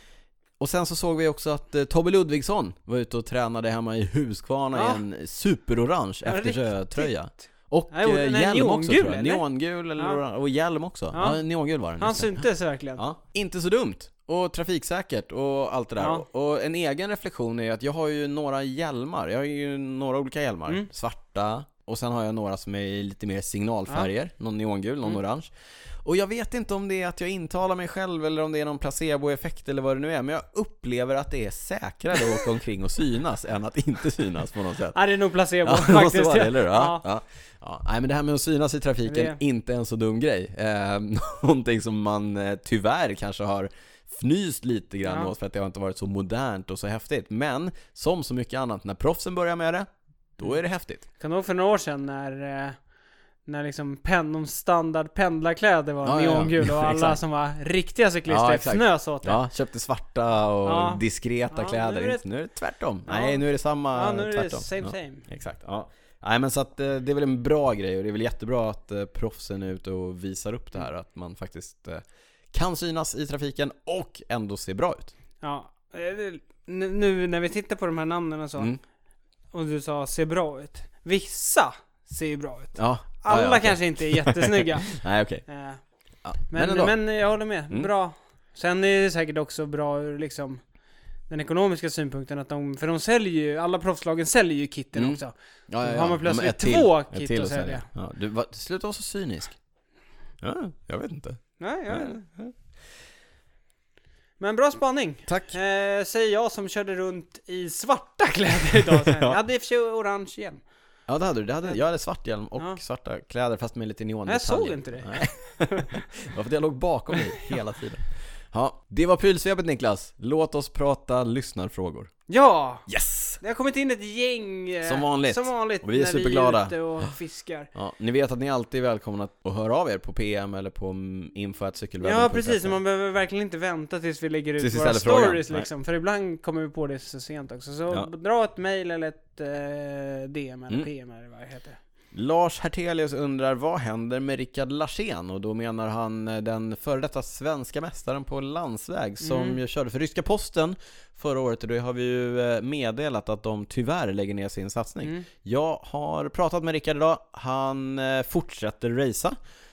Och sen så såg vi också att eh, Tobbe Ludvigsson var ute och tränade hemma i Huskvarna Ja. i en superorange Ja, eftersjötröja. Och Nej, och den eh, här hjälm också neongul, tror jag. eller? Neongul eller Ja. orange. Och hjälm också. Ja. Ja, neongul var den. Han just det. syntes verkligen. Ja, inte så dumt. Och trafiksäkert och allt det där. Ja. Och en egen reflektion är att jag har ju några hjälmar. Jag har ju några olika hjälmar. Mm. Svarta. Och sen har jag några som är i lite mer signalfärger. Någon neongul, någon Mm. orange. Och jag vet inte om det är att jag intalar mig själv eller om det är någon placeboeffekt eller vad det nu är. Men jag upplever att det är säkrare att åka omkring och synas än att inte synas på något sätt. Ja, det är nog placebo Ja, det måste faktiskt. vara det, eller hur? Ja, Ja. ja. Ja. Nej, men det här med att synas i trafiken, Det- inte en så dum grej. Eh, någonting som man eh, tyvärr kanske har fnyst lite grann Ja. åt för att det har inte varit så modernt och så häftigt. Men som så mycket annat, när proffsen börjar med det, då är det häftigt. Kan du ihåg för några år sedan när, eh, när liksom pennon standard pendlarkläder var Ja, ja, ja. neongul och alla Exakt. som var riktiga cyklister Ja, exakt. fnös åt det. Ja, köpte svarta och Ja. diskreta Ja, kläder. nu är det- Inte- Nu är det tvärtom. Ja. Nej, nu är det samma Ja, nu är det tvärtom. same ja. same. Exakt, ja. Nej, men så att eh, det är väl en bra grej och det är väl jättebra att eh, proffsen är ute och visar upp det här, att man faktiskt eh, kan synas i trafiken och ändå se bra ut. Ja, eh, det- nu nu när vi tittar på de här namnen och så, Mm. och du sa ser bra ut. Vissa ser ju bra ut. Ja. Alla ja, ja, okay. kanske inte är jättesnygga. Nej, okej. Okay. Ja, men, men, men jag håller med. Mm. Bra. Sen är det säkert också bra ur liksom den ekonomiska synpunkten att de, för de säljer ju, alla proffslagen säljer ju kitten Mm. också. Ja, ja, ja. Har man plötsligt ett till, två ett kit till att sälja. Ja, du, va, sluta vara så cynisk. Ja, jag vet inte. Nej, ja, Ja, ja. Men bra spaning. Tack. Eh, säger jag som körde runt i svarta kläder idag. Ja. Jag hade i och för sig orange hjälm. Ja, det hade du. Det hade, jag hade svart hjälm och Ja. svarta kläder fast med lite neon. Nej, jag såg inte det. Nej. Det var för att jag låg bakom dig hela tiden. Ja, det var prylsvepet, Niklas. Låt oss prata lyssnarfrågor. Ja! Yes! Det har kommit in ett gäng eh, Som vanligt. Som vanligt Och vi är när superglada. vi är ute och fiskar. Ja, ni vet att ni alltid är välkomna att, att höra av er på P M eller på info at cykelwebben. Ja, precis. Man behöver verkligen inte vänta tills vi lägger ut Tills vi våra ställer stories frågan. liksom. För ibland kommer vi på det så sent också. Så Ja. dra ett mail eller ett eh, D M eller Mm. P M eller vad det heter. Lars Hertelius undrar, vad händer med Rickard Larsén? Och då menar han den före detta svenska mästaren på landsväg som Mm. ju körde för ryska posten förra året. Och då har vi ju meddelat att de tyvärr lägger ner sin satsning. Mm. Jag har pratat med Rickard idag. Han fortsätter racea,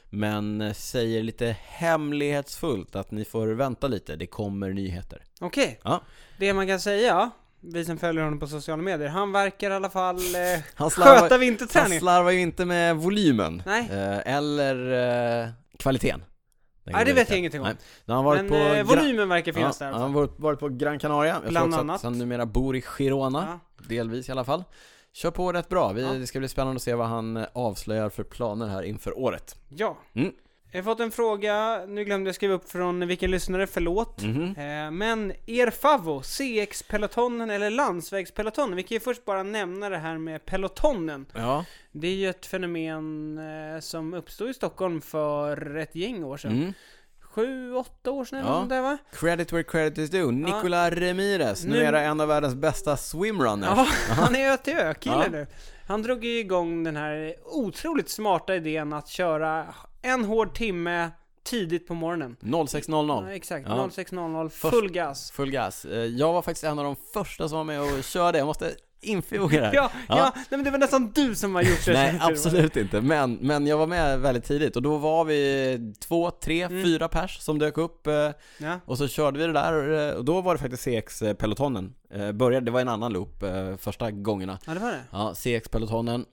men säger lite hemlighetsfullt att ni får vänta lite, det kommer nyheter. Okej. Okay. Ja. Det man kan säga, vi som följer honom på sociala medier, han verkar i alla fall eh, Han slarvar, sköta han vinterträning. slarvar ju inte med volymen. Nej. Eh, eller eh, kvaliteten. Nej, det vet jag ingenting om. Nej. Han har varit Men på eh, Gra- volymen verkar ja, finnas där. Han har varit, varit på Gran Canaria. Jag Bland tror också annat. att han numera bor i Girona. Ja. Delvis i alla fall. Kör på rätt bra. Vi, Ja. Det ska bli spännande att se vad han avslöjar för planer här inför året. Ja. Mm. Jag har fått en fråga, nu glömde jag skriva upp från vilken lyssnare, förlåt. Mhm. Eh, men er favvo, C X-pelotonen eller landsvägspelotonen? Vi kan ju först bara nämna det här med pelotonen. Ja. Det är ju ett fenomen eh, som uppstod i Stockholm för ett gäng år sedan. Mm. Sju, åtta år sedan eller Ja. något sånt där, va? Credit where credit is due. Nicola Ramirez, Nu- numera en av världens bästa swimrunners. Ja, han är ö till ö-kille Ja. nu. Han drog ju igång den här otroligt smarta idén att köra en hård timme tidigt på morgonen. noll sex noll noll. Ja, exakt, Ja. noll sex noll noll, Först- full gas. Full gas. Eh, Jag var faktiskt en av de första som var med och körde. Jag måste infoga det här. Ja, ja. Ja. Nej, men det var nästan du som har gjort det. Nej, absolut inte. Men, men jag var med väldigt tidigt. Och då var vi två, tre, Mm. fyra pers som dök upp. eh, Ja. Och så körde vi det där. eh, Och då var det faktiskt C X-pelotonen. Eh, Började, det var en annan loop eh, första gångerna. ja, det var det. Ja, C X-pelotonen.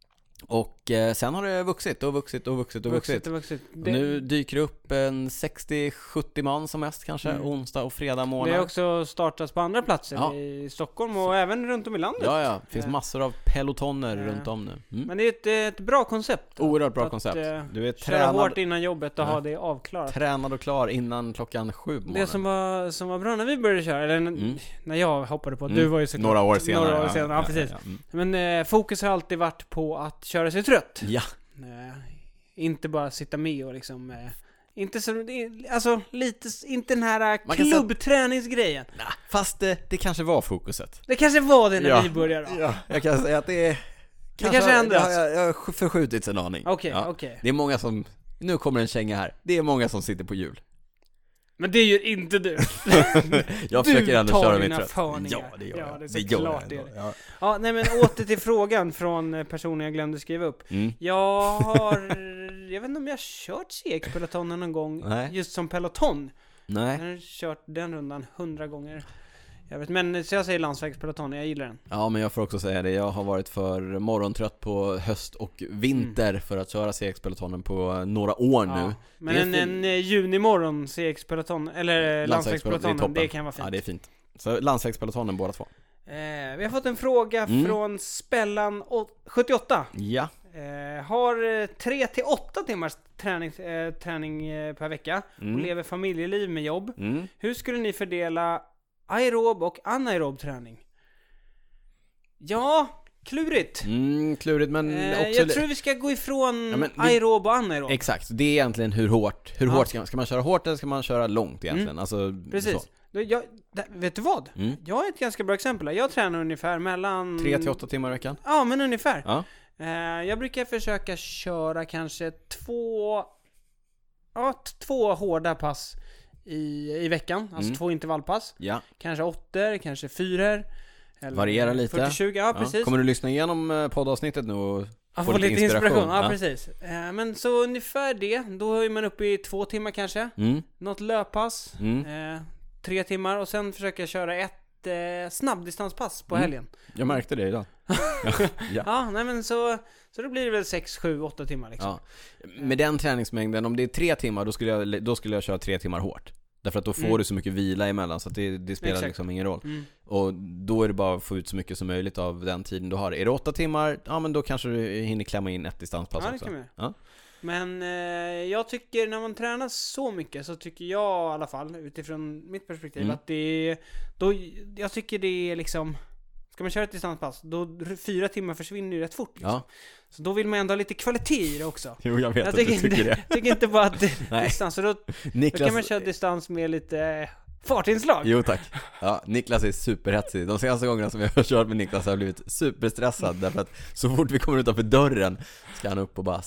Och eh, sen har det vuxit och vuxit och vuxit och vuxit. Vuxit och vuxit. Och Det, nu dyker det upp en sextio sjuttio man som mest kanske. Mm. Onsdag och fredag det månad. har också startats på andra platser Ja. i Stockholm och även runt om i landet. Ja, ja. Det finns Ja. massor av pelotoner Ja. runt om nu. Mm. Men det är ett, ett bra koncept. Oerhört bra Att, koncept. eh, Du är Köra tränad, hårt innan jobbet och Ja. ha det avklarat. tränad och klar innan klockan sju på morgonen. Det som var, som var bra när vi började köra, eller n- Mm. när jag hoppade på, Mm. du var ju såklart Några år senare. några år senare, ja, precis. Ja, ja, mm. Men eh, fokus har alltid varit på att köra sig trött. Ja. Eh, inte bara sitta med och liksom... Eh, inte så... Alltså, lite... Inte den här eh, Man kan säga- klubbträningsgrejen. Nah, fast det, det kanske var fokuset. Det kanske var det när Ja. vi började. då. Ja, jag kan säga att det är... kanske ändras. Det har, jag, jag har förskjutits en aning. Okej, Ja. okej. Det är många som... Nu kommer en känga här. Det är många som sitter på hjul. Men det gör inte du. Jag Du försöker ändå tar köra mig dina trött. förningar. Ja, det gör Ja, jag. det är det så gör klart jag det är ändå. det. Ja. Ja, nej men åter till frågan från eh, personen jag glömde skriva upp. Mm. Jag har... Jag vet inte om jag har kört C X-pelotonen någon gång. Nej. Just som peloton. Nej. Jag har kört den rundan hundra gånger. Jag vet, men så jag säger landsvägspeloton, jag gillar den. Ja, men jag får också säga det. Jag har varit för morgontrött på höst och vinter Mm. för att köra C X-pelotonen på några år nu. Ja. Men Det är en, fint. en eh, junimorgon C X-peloton, eller Landsvägspeloton, landsvägspelotonen, det är toppen. det kan vara fint. Ja, det är fint. Så landsvägspelotonen båda två. eh, vi har fått en fråga Mm. från Spellan å- sjuttioåtta. Ja. Eh, har tre till åtta timmars träning, eh, träning eh, per vecka och Mm. lever familjeliv med jobb. Mm. Hur skulle ni fördela aerob och anaerob träning? Ja, klurigt. Mm, klurigt men Eh, också... jag tror vi ska gå ifrån Ja, men det- aerob och anaerob. Exakt, det är egentligen hur hårt, hur Ja. hårt ska man, ska man köra hårt eller ska man köra långt egentligen? Mm. Alltså, Precis. så. Då, jag, där, vet du vad? Mm. Jag har ett ganska bra exempel här. Jag tränar ungefär mellan... Tre till åtta timmar i veckan? Ja, men ungefär. Ja. Eh, jag brukar försöka köra kanske två... Ja, t- två hårda pass i, i veckan. Alltså Mm. två intervallpass. Ja. Kanske åttor, kanske fyror. Eller Varierar lite. fyrtio tjugo, ja, Ja. precis. Kommer du lyssna igenom eh, poddavsnittet nu och Ja, få, få lite inspiration, inspiration. Ja, ja, precis. Eh, men så ungefär det, då är man uppe i två timmar kanske. Mm. Något löppass, mm. eh, tre timmar och sen försöka köra ett eh, snabbdistanspass på mm. helgen. Jag märkte det idag. ja. ja, nej men så, så då blir det väl sex, sju, åtta timmar liksom. Ja. Med den träningsmängden, om det är tre timmar, då skulle jag, då skulle jag köra tre timmar hårt. Därför att då får mm. du så mycket vila emellan, så att det, det spelar Exakt. liksom ingen roll. Mm. Och då är det bara att få ut så mycket som möjligt av den tiden du har. Är det åtta timmar, ja men då kanske du hinner klämma in ett distanspass ja, också. Det kan ja. Men eh, jag tycker när man tränar så mycket, så tycker jag i alla fall utifrån mitt perspektiv mm. att det då, jag tycker det är liksom, ska man köra ett distanspass, då fyra timmar försvinner ju rätt fort liksom. Ja. Så då vill man ändå ha lite kvalitet i det också. Jo, jag vet jag att tycker du tycker inte, det. Jag tycker inte bara att det är distans, så då, Niklas... då kan man köra distans med lite fartinslag. Jo tack. Ja, Niklas är superhetsig. De senaste gångerna som jag har kört med Niklas har jag blivit superstressad därför att så fort vi kommer utanför dörren ska han upp och bara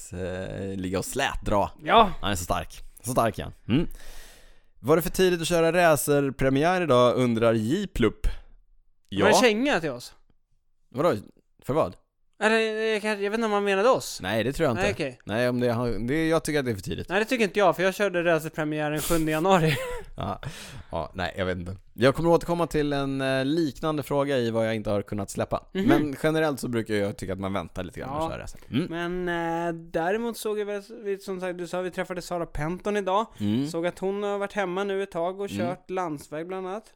eh, ligga och slätdra. Ja. Han är så stark. Så stark igen. Mm. Var det för tidigt att köra racerpremiär idag, undrar J-plupp. Ja. Var det känga till oss? Vadå? För vad? Eller, jag, jag vet inte om man menade oss. Nej, det tror jag inte. Nej, okay. Nej, om det, det, jag tycker att det är för tidigt. Nej, det tycker inte jag, för jag körde racerpremiären sjunde januari. ja, ja, nej, jag vet inte. Jag kommer återkomma till en eh, liknande fråga i vad jag inte har kunnat släppa. Mm-hmm. Men generellt så brukar jag tycka att man väntar lite grann med att köra racer. Mm. Men eh, däremot såg jag väl, som sagt, du sa vi träffade Sara Penton idag. Mm. Såg att hon har varit hemma nu ett tag och kört mm. landsväg bland annat.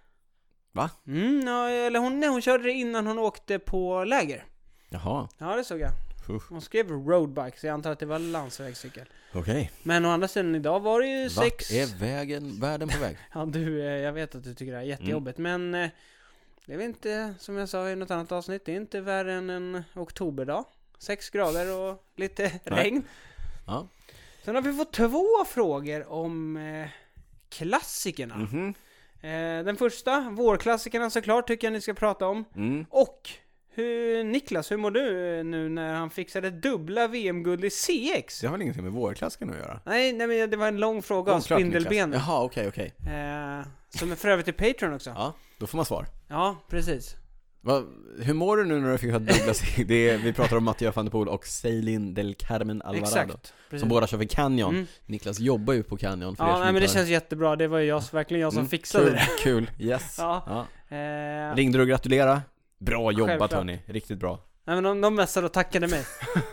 Va? Mm, ja, eller hon, nej, hon körde det innan hon åkte på läger. Jaha. Ja, det såg jag. Hon skrev roadbike, så jag antar att det var landsvägscykel. Okej. Okay. Men å andra sidan, idag var det ju Vart sex... är vägen, världen på väg? ja, du, jag vet att du tycker det är jättejobbigt. Mm. Men det är väl inte, som jag sa i något annat avsnitt, det är inte värre än en oktoberdag. Sex grader och lite regn. Ja. Sen har vi fått två frågor om eh, klassikerna. Mm-hmm. Eh, den första, vårklassikerna såklart, tycker jag ni ska prata om. Mm. Och hur, Niklas, hur mår du nu när han fixade dubbla V M-guld i C X? Det har väl ingenting med vårklassikerna att göra? Nej, nej men det var en lång fråga om spindelbenen. Jaha, okej, okay, okej. Okay. Eh, som är för övrigt till Patreon också. Ja, då får man svar. Ja, precis. Va, hur mår du nu när du fick dubbla C X? Det är, vi pratar om Mattia van der Poel och Ceylin del Carmen Alvarado. Exakt, precis. Som båda kör för Canyon. Mm. Niklas jobbar ju på Canyon. För ja, nej, men det känns jättebra. Det var ju jag, verkligen jag som mm, fixade kul, det. Kul, yes. ja. Ja. Eh, Ringde du och gratulera? Bra jobbat, självklart. hörni, riktigt bra. Nej, men de, de mässade och tackade mig.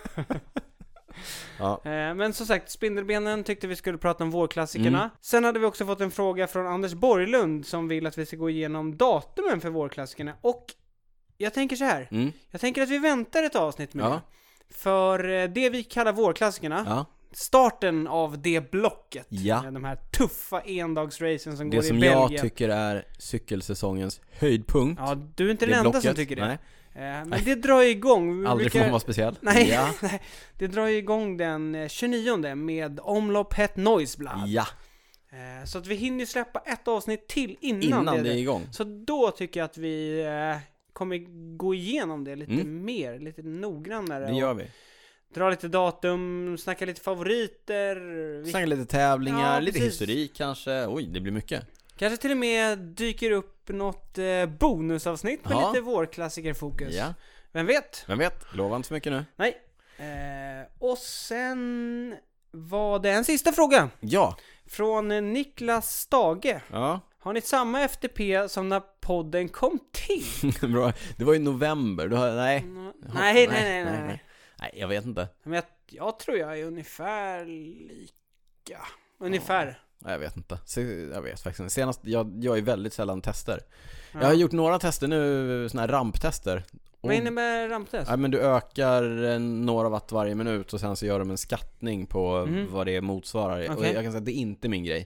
ja. eh, Men som sagt, spindelbenen tyckte vi skulle prata om vårklassikerna. Mm. Sen hade vi också fått en fråga från Anders Borglund som vill att vi ska gå igenom datumen för vårklassikerna. Och jag tänker så här. Mm. Jag tänker att vi väntar ett avsnitt med ja. det. För det vi kallar vårklassikerna, ja. starten av det blocket, ja. de här tuffa endagsracen som det går i som Belgien. Jag tycker är cykelsäsongens höjdpunkt. Ja, du är inte den enda blocket. Som tycker det. Nej. Men Nej. det drar ju igång. Aldrig brukar... får man vara speciell. Nej, ja. nej, det drar ju igång den tjugonionde med Omlopp Het Noisblad. Ja. Så att vi hinner släppa ett avsnitt till innan, innan det, det är igång. Så då tycker jag att vi kommer gå igenom det lite mm. mer, lite noggrannare. Det gör vi. Dra lite datum, snacka lite favoriter. Snacka lite tävlingar, ja, lite historik kanske. Oj, det blir mycket. Kanske till och med dyker upp något eh, bonusavsnitt med ja. lite vårklassikerfokus. Ja. Vem vet? Vem vet? Lovar inte så mycket nu. Nej. Eh, och sen var det en sista fråga. Ja. Från Niklas Stage. Ja. Har ni samma F T P som när podden kom till? Bra. Det var i november. Du har, nej. Mm, nej, nej, nej, nej, nej. Nej, jag vet inte. Men jag, jag tror jag är ungefär lika. Ungefär. Ja, jag vet inte. Jag vet faktiskt inte. Senast, jag, jag är väldigt sällan tester. Ja. Jag har gjort några tester nu, såna här ramptester. Vad innebär ramptest? Ja, men du ökar några watt varje minut och sen så gör de en skattning på mm. vad det motsvarar. Okay. Och jag kan säga att det är inte min grej.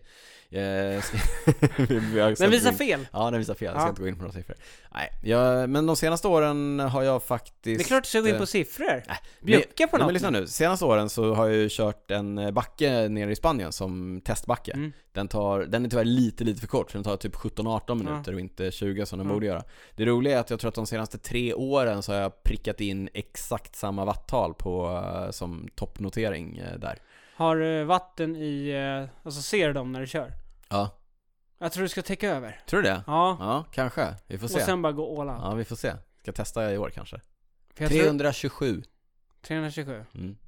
Den visar fel. Ja, den visar fel. Jag ska ja. inte gå in på några siffror. Nej, jag, men de senaste åren har jag faktiskt... Det är klart du ska gå in på siffror. Nej, Bjucka på något. Men lyssna nu. Senaste åren så har jag ju kört en backe nere i Spanien som testbacke. Mm. Den, tar, den är tyvärr lite, lite för kort. Så den tar typ sjutton arton minuter ja. och inte tjugo som den ja. borde göra. Det roliga är att jag tror att de senaste tre åren så har jag prickat in exakt samma watttal på, som toppnotering där. Har vatten i, alltså ser de när du kör? Ja. Jag tror du ska täcka över. Tror du det? Ja. Ja, kanske. Vi får se. Och sen bara gå all out. Ja, vi får se. Ska testa i år kanske. trehundratjugosju. trehundratjugosju. Mm.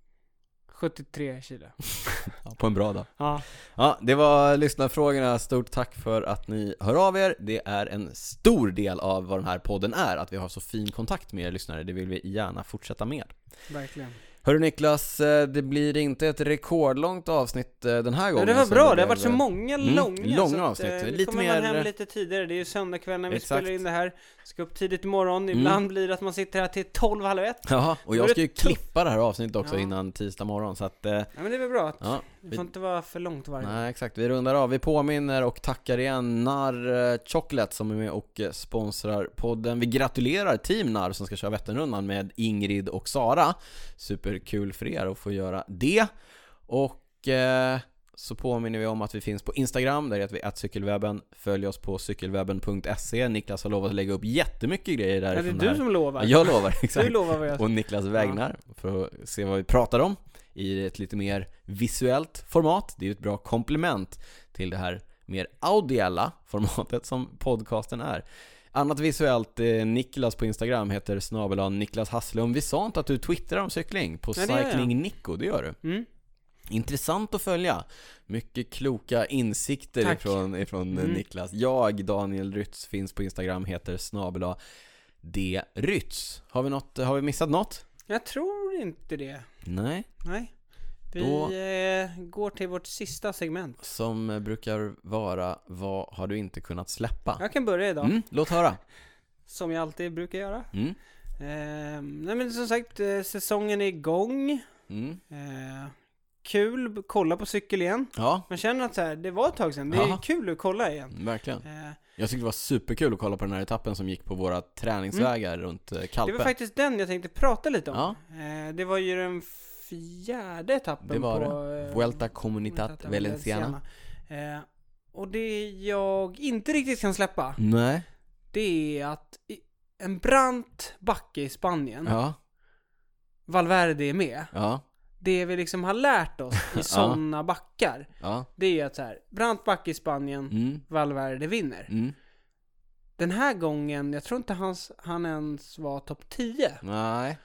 sjuttiotre kilo. Ja, på en bra dag. Ja. Ja, det var lyssnarfrågorna. Stort tack för att ni hör av er. Det är en stor del av vad den här podden är, att vi har så fin kontakt med er lyssnare. Det vill vi gärna fortsätta med. Verkligen. Hörru Niklas, det blir inte ett rekordlångt avsnitt den här gången. Men det var bra, det, det har varit så blev... många mm, långa, långa så att, avsnitt. eh, Lite kommer mer... man hem lite tidigare. Det är ju söndagkväll när vi Exakt. spelar in det här. Ska upp tidigt imorgon. Ibland mm. blir det att man sitter här till tolv, halv ett. Jaha, och jag ska ju tuff. klippa det här avsnittet också ja. innan tisdag morgon. Så att, eh... ja, men det är väl bra att ja, det vi... får inte vara för långt varje. Nej, exakt. Vi rundar av. Vi påminner och tackar igen Narr Chocolate som är med och sponsrar podden. Vi gratulerar Team Narr som ska köra Vätternrundan med Ingrid och Sara. Superkul för er att få göra det. Och eh, så påminner vi om att vi finns på Instagram. Där heter vi at cykelwebben. Följ oss på cykelwebben punkt se. Niklas har lovat att lägga upp jättemycket grejer där. Ja, det är du här. Som lovar. Ja, jag lovar, exakt. Du lovar vad jag... Och Niklas vägnar ja. För att se vad vi pratar om i ett lite mer visuellt format. Det är ju ett bra komplement till det här mer audiella formatet som podcasten är. Annat visuellt, eh, Niklas på Instagram heter snabel-a Niklas Hasslum. Vi sa inte att du twittrar om cykling på Nej, Cycling Nico, det gör du. Mm. Intressant att följa. Mycket kloka insikter Tack. ifrån, ifrån mm. Niklas. Jag, Daniel Rytz, finns på Instagram, heter snabel-a D Rytz. Har vi, något, har vi missat något? Jag tror inte det. Nej. Nej. Vi Då, eh, går till vårt sista segment. som brukar vara, vad har du inte kunnat släppa? Jag kan börja idag. Mm, låt höra. Som jag alltid brukar göra. Mm. Eh, nej men som sagt, eh, säsongen är igång. Mm. Eh, kul, kolla på cykel igen. Ja. Man känner att så här, det var ett tag sedan. Det är Ja. kul att kolla igen. Verkligen. Eh, Jag tyckte det var superkul att kolla på den här etappen som gick på våra träningsvägar mm. runt Kalpe. det var faktiskt den jag tänkte prata lite om. Ja. Eh, det var ju den fjärde etappen det var på det. Eh, Vuelta Comunitat Valenciana. Eh, och det jag inte riktigt kan släppa, Nej. det är att i en brant backe i Spanien, Ja. Valverde är med. Ja. Det vi liksom har lärt oss i sådana ja. backar, Ja. det är att så här, brant backe i Spanien, Mm. Valverde vinner. Mm. Den här gången, jag tror inte hans, han ens var topp tio. Nej.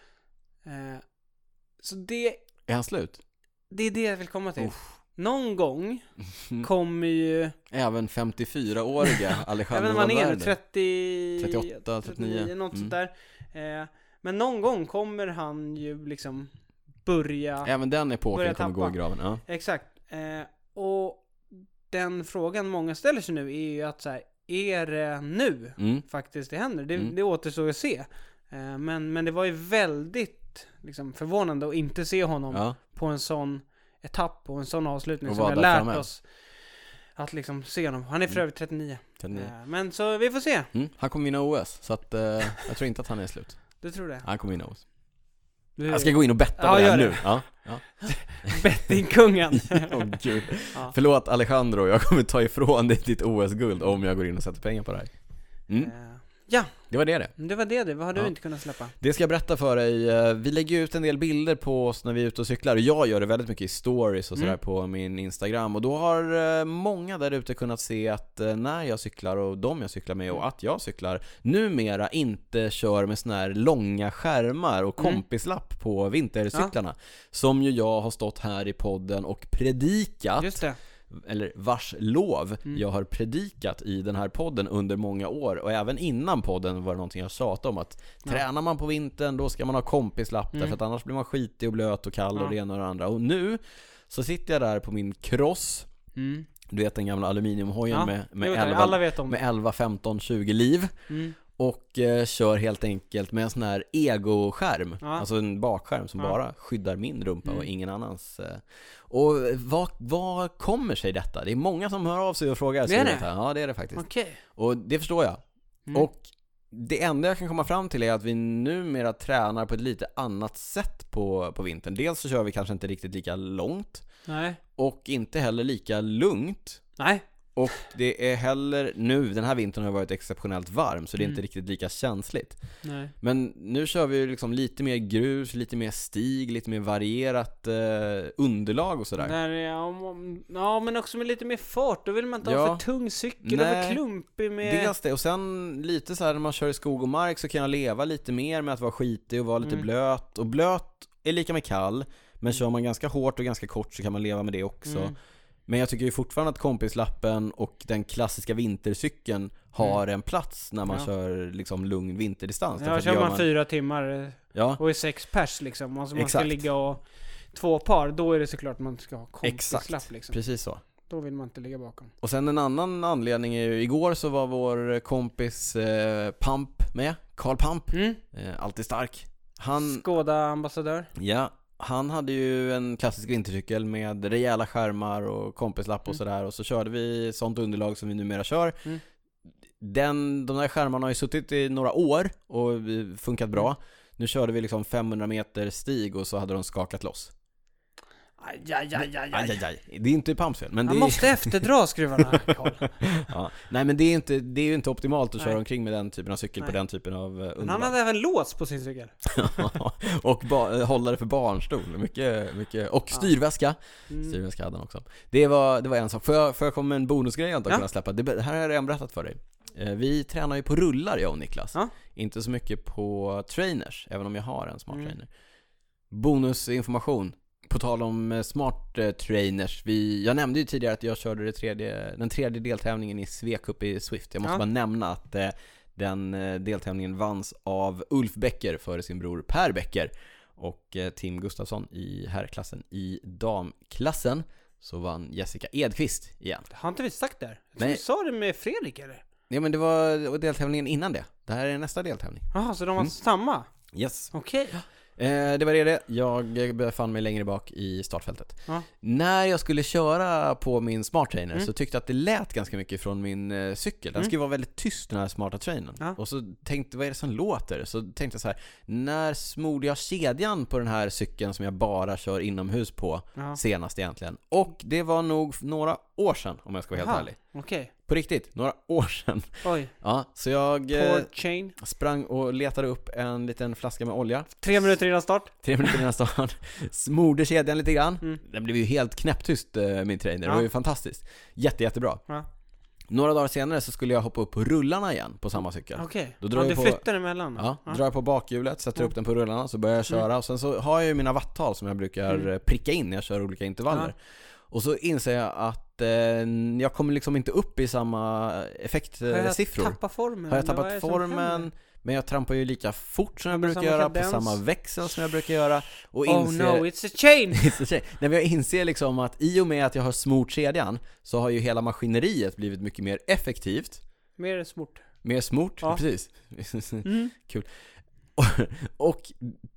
Eh, så det, Är han slut? det är det jag vill komma till. Uff. Någon gång kommer ju... Även femtiofyra-åriga Alejandro Även om man är Valverde. trettio... trettioåtta, trettionio. Något Mm. sånt där. Eh, men någon gång kommer han ju liksom börja... Även den epoken börja kommer tappa. gå i graven. Ja. Exakt. Eh, och den frågan många ställer sig nu är ju att så här, är det nu Mm. faktiskt det händer? Det, Mm. det återstår att se. Eh, men, men det var ju väldigt liksom, förvånande att inte se honom Ja. på en sån etapp och en sån avslutning Och som var vi har där lärt framme. oss att liksom se honom. Han är för övrigt trettionio. trettionio. Eh, men så vi får se. Mm. Han kommer vinna O S. Så att, eh, jag tror inte att han är slut. Du tror det? Han kommer vinna O S. Du... Jag ska gå in och betta Ja, på det här gör nu. det. Ja. Ja. Bettingkungen. Åh gud. Ja. Förlåt Alejandro, jag kommer ta ifrån dig ditt O S-guld om jag går in och sätter pengar på det här. Mm. Eh, ja, Det var det det. det var det det. Vad har du Ja. inte kunnat släppa? Det ska jag berätta för dig. Eh, Vi lägger ut en del bilder på oss när vi är ute och cyklar. Och jag gör det väldigt mycket i stories och sådär Mm. på min Instagram. Och då har eh, många där ute kunnat se att eh, när jag cyklar och de jag cyklar med och att jag cyklar numera inte kör med såna här långa skärmar och Mm. kompislapp på vintercyklarna. Som ju jag har stått här i podden och predikat. Just det. Eller vars lov Mm. jag har predikat i den här podden under många år. Och även innan podden var det någonting jag tjatade om att Ja. tränar man på vintern då ska man ha kompislapp Mm. därför att annars blir man skitig och blöt och kall Ja. och det ena och det andra. Och nu så sitter jag där på min cross, Mm. du vet den gamla aluminiumhojen Ja, med, med, jo, tack. elva, alla vet om med det. elva, femton, tjugo liv. Mm. Och eh, kör helt enkelt med en sån här ego-skärm. Ja. Alltså en bakskärm som Ja. bara skyddar min rumpa Mm. och ingen annans. eh. Och vad, vad kommer sig detta? Det är många som hör av sig och frågar. Det är så det? Här. Ja, det är det faktiskt. Okej. Och det förstår jag. Mm. Och det enda jag kan komma fram till är att vi numera tränar på ett lite annat sätt på, på vintern. Dels så kör vi kanske inte riktigt lika långt. Nej. Och inte heller lika lugnt. Nej. Och det är heller nu, den här vintern har varit exceptionellt varm så det är Mm. inte riktigt lika känsligt. Nej. Men nu kör vi liksom lite mer grus, lite mer stig, lite mer varierat eh, underlag och sådär. Där, ja, om- ja, men också med lite mer fart. Då vill man inte Ja. ha för tung cykel och Nej. för klumpig med... Dels det, och sen lite så här när man kör i skog och mark så kan jag leva lite mer med att vara skitig och vara lite Mm. blöt. Och blöt är lika med kall. Men kör man ganska hårt och ganska kort så kan man leva med det också. Mm. Men jag tycker ju fortfarande att kompislappen och den klassiska vintercykeln har mm. en plats när man ja. kör liksom lugn vinterdistans. Ja, kör man, man fyra timmar ja. och är sex pers liksom. Alltså man Exakt. ska ligga och två par, då är det såklart man ska ha kompislapp. Exakt, liksom. Precis så. Då vill man inte ligga bakom. Och sen en annan anledning är ju, igår så var vår kompis eh, Pump med, Carl Pump, mm. eh, alltid stark. Han, Skoda-ambassadör. Ja, han hade ju en klassisk vintercykel med rejäla skärmar och kompislapp och mm. sådär. Och så körde vi sånt underlag som vi numera kör. Mm. Den, de där skärmarna har ju suttit i några år och funkat bra. Mm. Nu körde vi liksom femhundra meter stig och så hade de skakat loss. Aj, aj, aj, aj, aj, aj, aj. Det är inte Pumps fel, men man det är... måste efterdra skruvarna, Carl. Ja. Nej, men det är inte, det är ju inte optimalt att Nej. köra omkring med den typen av cykel Nej. på den typen av uh, underlag. Men han hade även lås på sin cykel. Och ba- hållare för barnstol. Mycket, mycket. Och styrväska. Mm. Styrväska hade han också. Det var, det var en sak. Får jag, får jag komma med en bonusgrej jag inte har ja. kunnat släppa? Det, det här har jag redan berättat för dig. Vi tränar ju på rullar, jag och Niklas. Ja. Inte så mycket på trainers, även om jag har en smart mm. trainer. Bonusinformation. På tal om smart eh, trainers. Vi, jag nämnde ju tidigare att jag körde det tredje, den tredje deltävlingen i Svecup i Swift. Jag måste ja. bara nämna att eh, den eh, deltävlingen vanns av Ulf Becker före sin bror Per Becker. Och eh, Tim Gustafsson i herrklassen. I damklassen så vann Jessica Edqvist igen. Har inte vi sagt det? Du sa det med Fredrik eller? Ja, men det var deltävlingen innan det. Det här är nästa deltävling. Jaha, så de var mm. samma? Yes. Okej. Okay. Eh, det var det det. Jag befann mig längre bak i startfältet. Ja. När jag skulle köra på min smart trainer mm. så tyckte jag att det lät ganska mycket från min eh, cykel. Den mm. skulle vara väldigt tyst, den här smarta trainern. Ja. Och så tänkte vad är det som låter? Så tänkte jag så här, när smorde jag kedjan på den här cykeln som jag bara kör inomhus på ja. senast egentligen? Och det var nog några år sedan, om jag ska vara helt Aha. ärlig. Okej. Okay. På riktigt, några år sedan. Oj. Ja, så jag eh, chain. sprang och letade upp en liten flaska med olja. Tre minuter innan start. Tre minuter innan start. Smorde kedjan lite grann. Mm. Den blev ju helt knäpptyst, eh, min trainer. Ja. Det var ju fantastiskt. Jätte, jättebra. Ja. Några dagar senare så skulle jag hoppa upp på rullarna igen på samma cykel. Okej, då drar ja, jag du på, flyttar emellan. Ja, ja. drar jag på bakhjulet, sätter mm. upp den på rullarna, så börjar jag köra. Mm. Och sen så har jag ju mina watttal som jag brukar mm. pricka in när jag kör olika intervaller. Ja. Och så inser jag att eh, jag kommer liksom inte upp i samma effektsiffror. Har jag tappat formen? Har jag tappat formen? Men jag trampar ju lika fort som jag brukar göra, kadens. På samma växel som jag brukar göra. Och inser, oh no, it's a chain! it's a chain. Nej, men jag inser liksom att i och med att jag har smort kedjan så har ju hela maskineriet blivit mycket mer effektivt. Mer smort. Mer smort, ja. precis. Mm. Kul. Och, och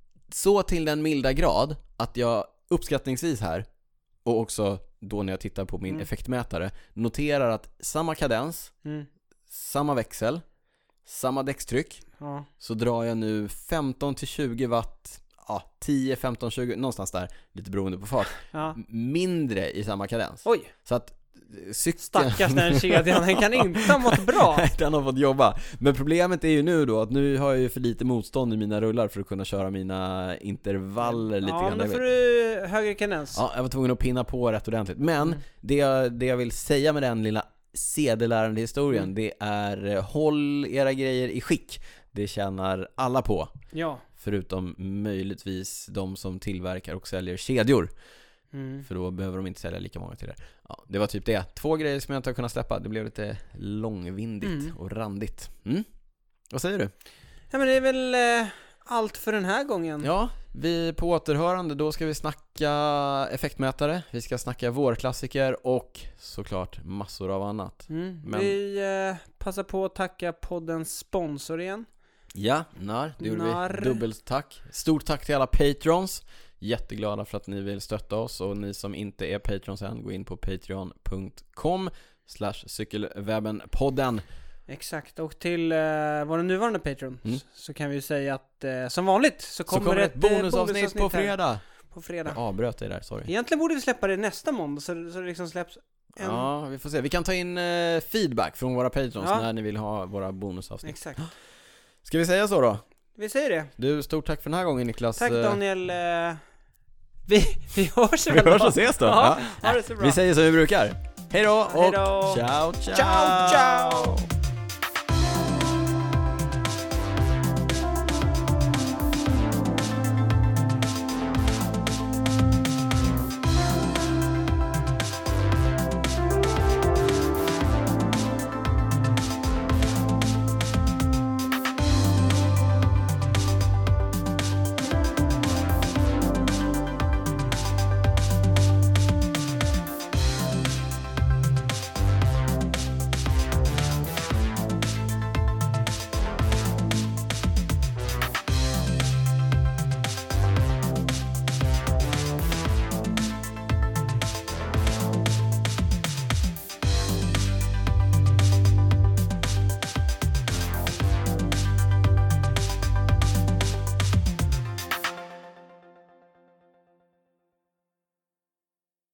så till den milda grad att jag uppskattningsvis här, och också då när jag tittar på min mm. effektmätare, noterar att samma kadens, mm. samma växel, samma däckstryck, ja. Så drar jag nu femton till tjugo watt, ja, tio, femton, tjugo, någonstans där, lite beroende på fart, ja. mindre i samma kadens. Oj. Så att cykeln... Stackars den kedjan, den kan inte ha mått bra. Nej, den har fått jobba. Men problemet är ju nu då att nu har jag ju för lite motstånd i mina rullar för att kunna köra mina intervaller lite ja, grann. Ja, men får du högre kadens. Ja, jag var tvungen att pinna på rätt ordentligt. Men mm. det, jag, det jag vill säga med den lilla sedelärande historien, mm. det är håll era grejer i skick. Det tjänar alla på. Ja. Förutom möjligtvis de som tillverkar och säljer kedjor. Mm. För då behöver de inte sälja lika många till det. Ja, det var typ det. Två grejer som jag inte har kunnat släppa. Det blev lite långvindigt mm. och randigt. Mm? Vad säger du? Ja, men det är väl eh, allt för den här gången. Ja, vi på återhörande. Då ska vi snacka effektmätare. Vi ska snacka vårklassiker och såklart massor av annat. Mm. Men... Vi eh, passar på att tacka poddens sponsor igen. Ja, Narr. Det gjorde Narr. vi. Dubbelt tack. Stort tack till alla patrons. Jätteglada för att ni vill stötta oss. Och ni som inte är patrons än, gå in på patreon punkt com slash cykelwebbenpodden. Exakt, och till uh, vår nuvarande patron mm. så kan vi ju säga att uh, som vanligt så kommer, så kommer ett, ett bonusavsnitt, bonusavsnitt på fredag. På fredag. Jag avbröt dig där, sorry. Egentligen borde vi släppa det nästa måndag så, så det liksom släpps en... Ja, vi får se. Vi kan ta in uh, feedback från våra patrons ja. när ni vill ha våra bonusavsnitt. Exakt. Ska vi säga så då? Vi säger det. Du, stort tack för den här gången, Niklas. Tack Daniel. Uh... Vi, vi hörs väl. Vi hörs och ses då. Ja, ja. Ha det så bra. Vi säger som vi brukar. Hej då och Hej då. ciao, ciao. Ciao, ciao.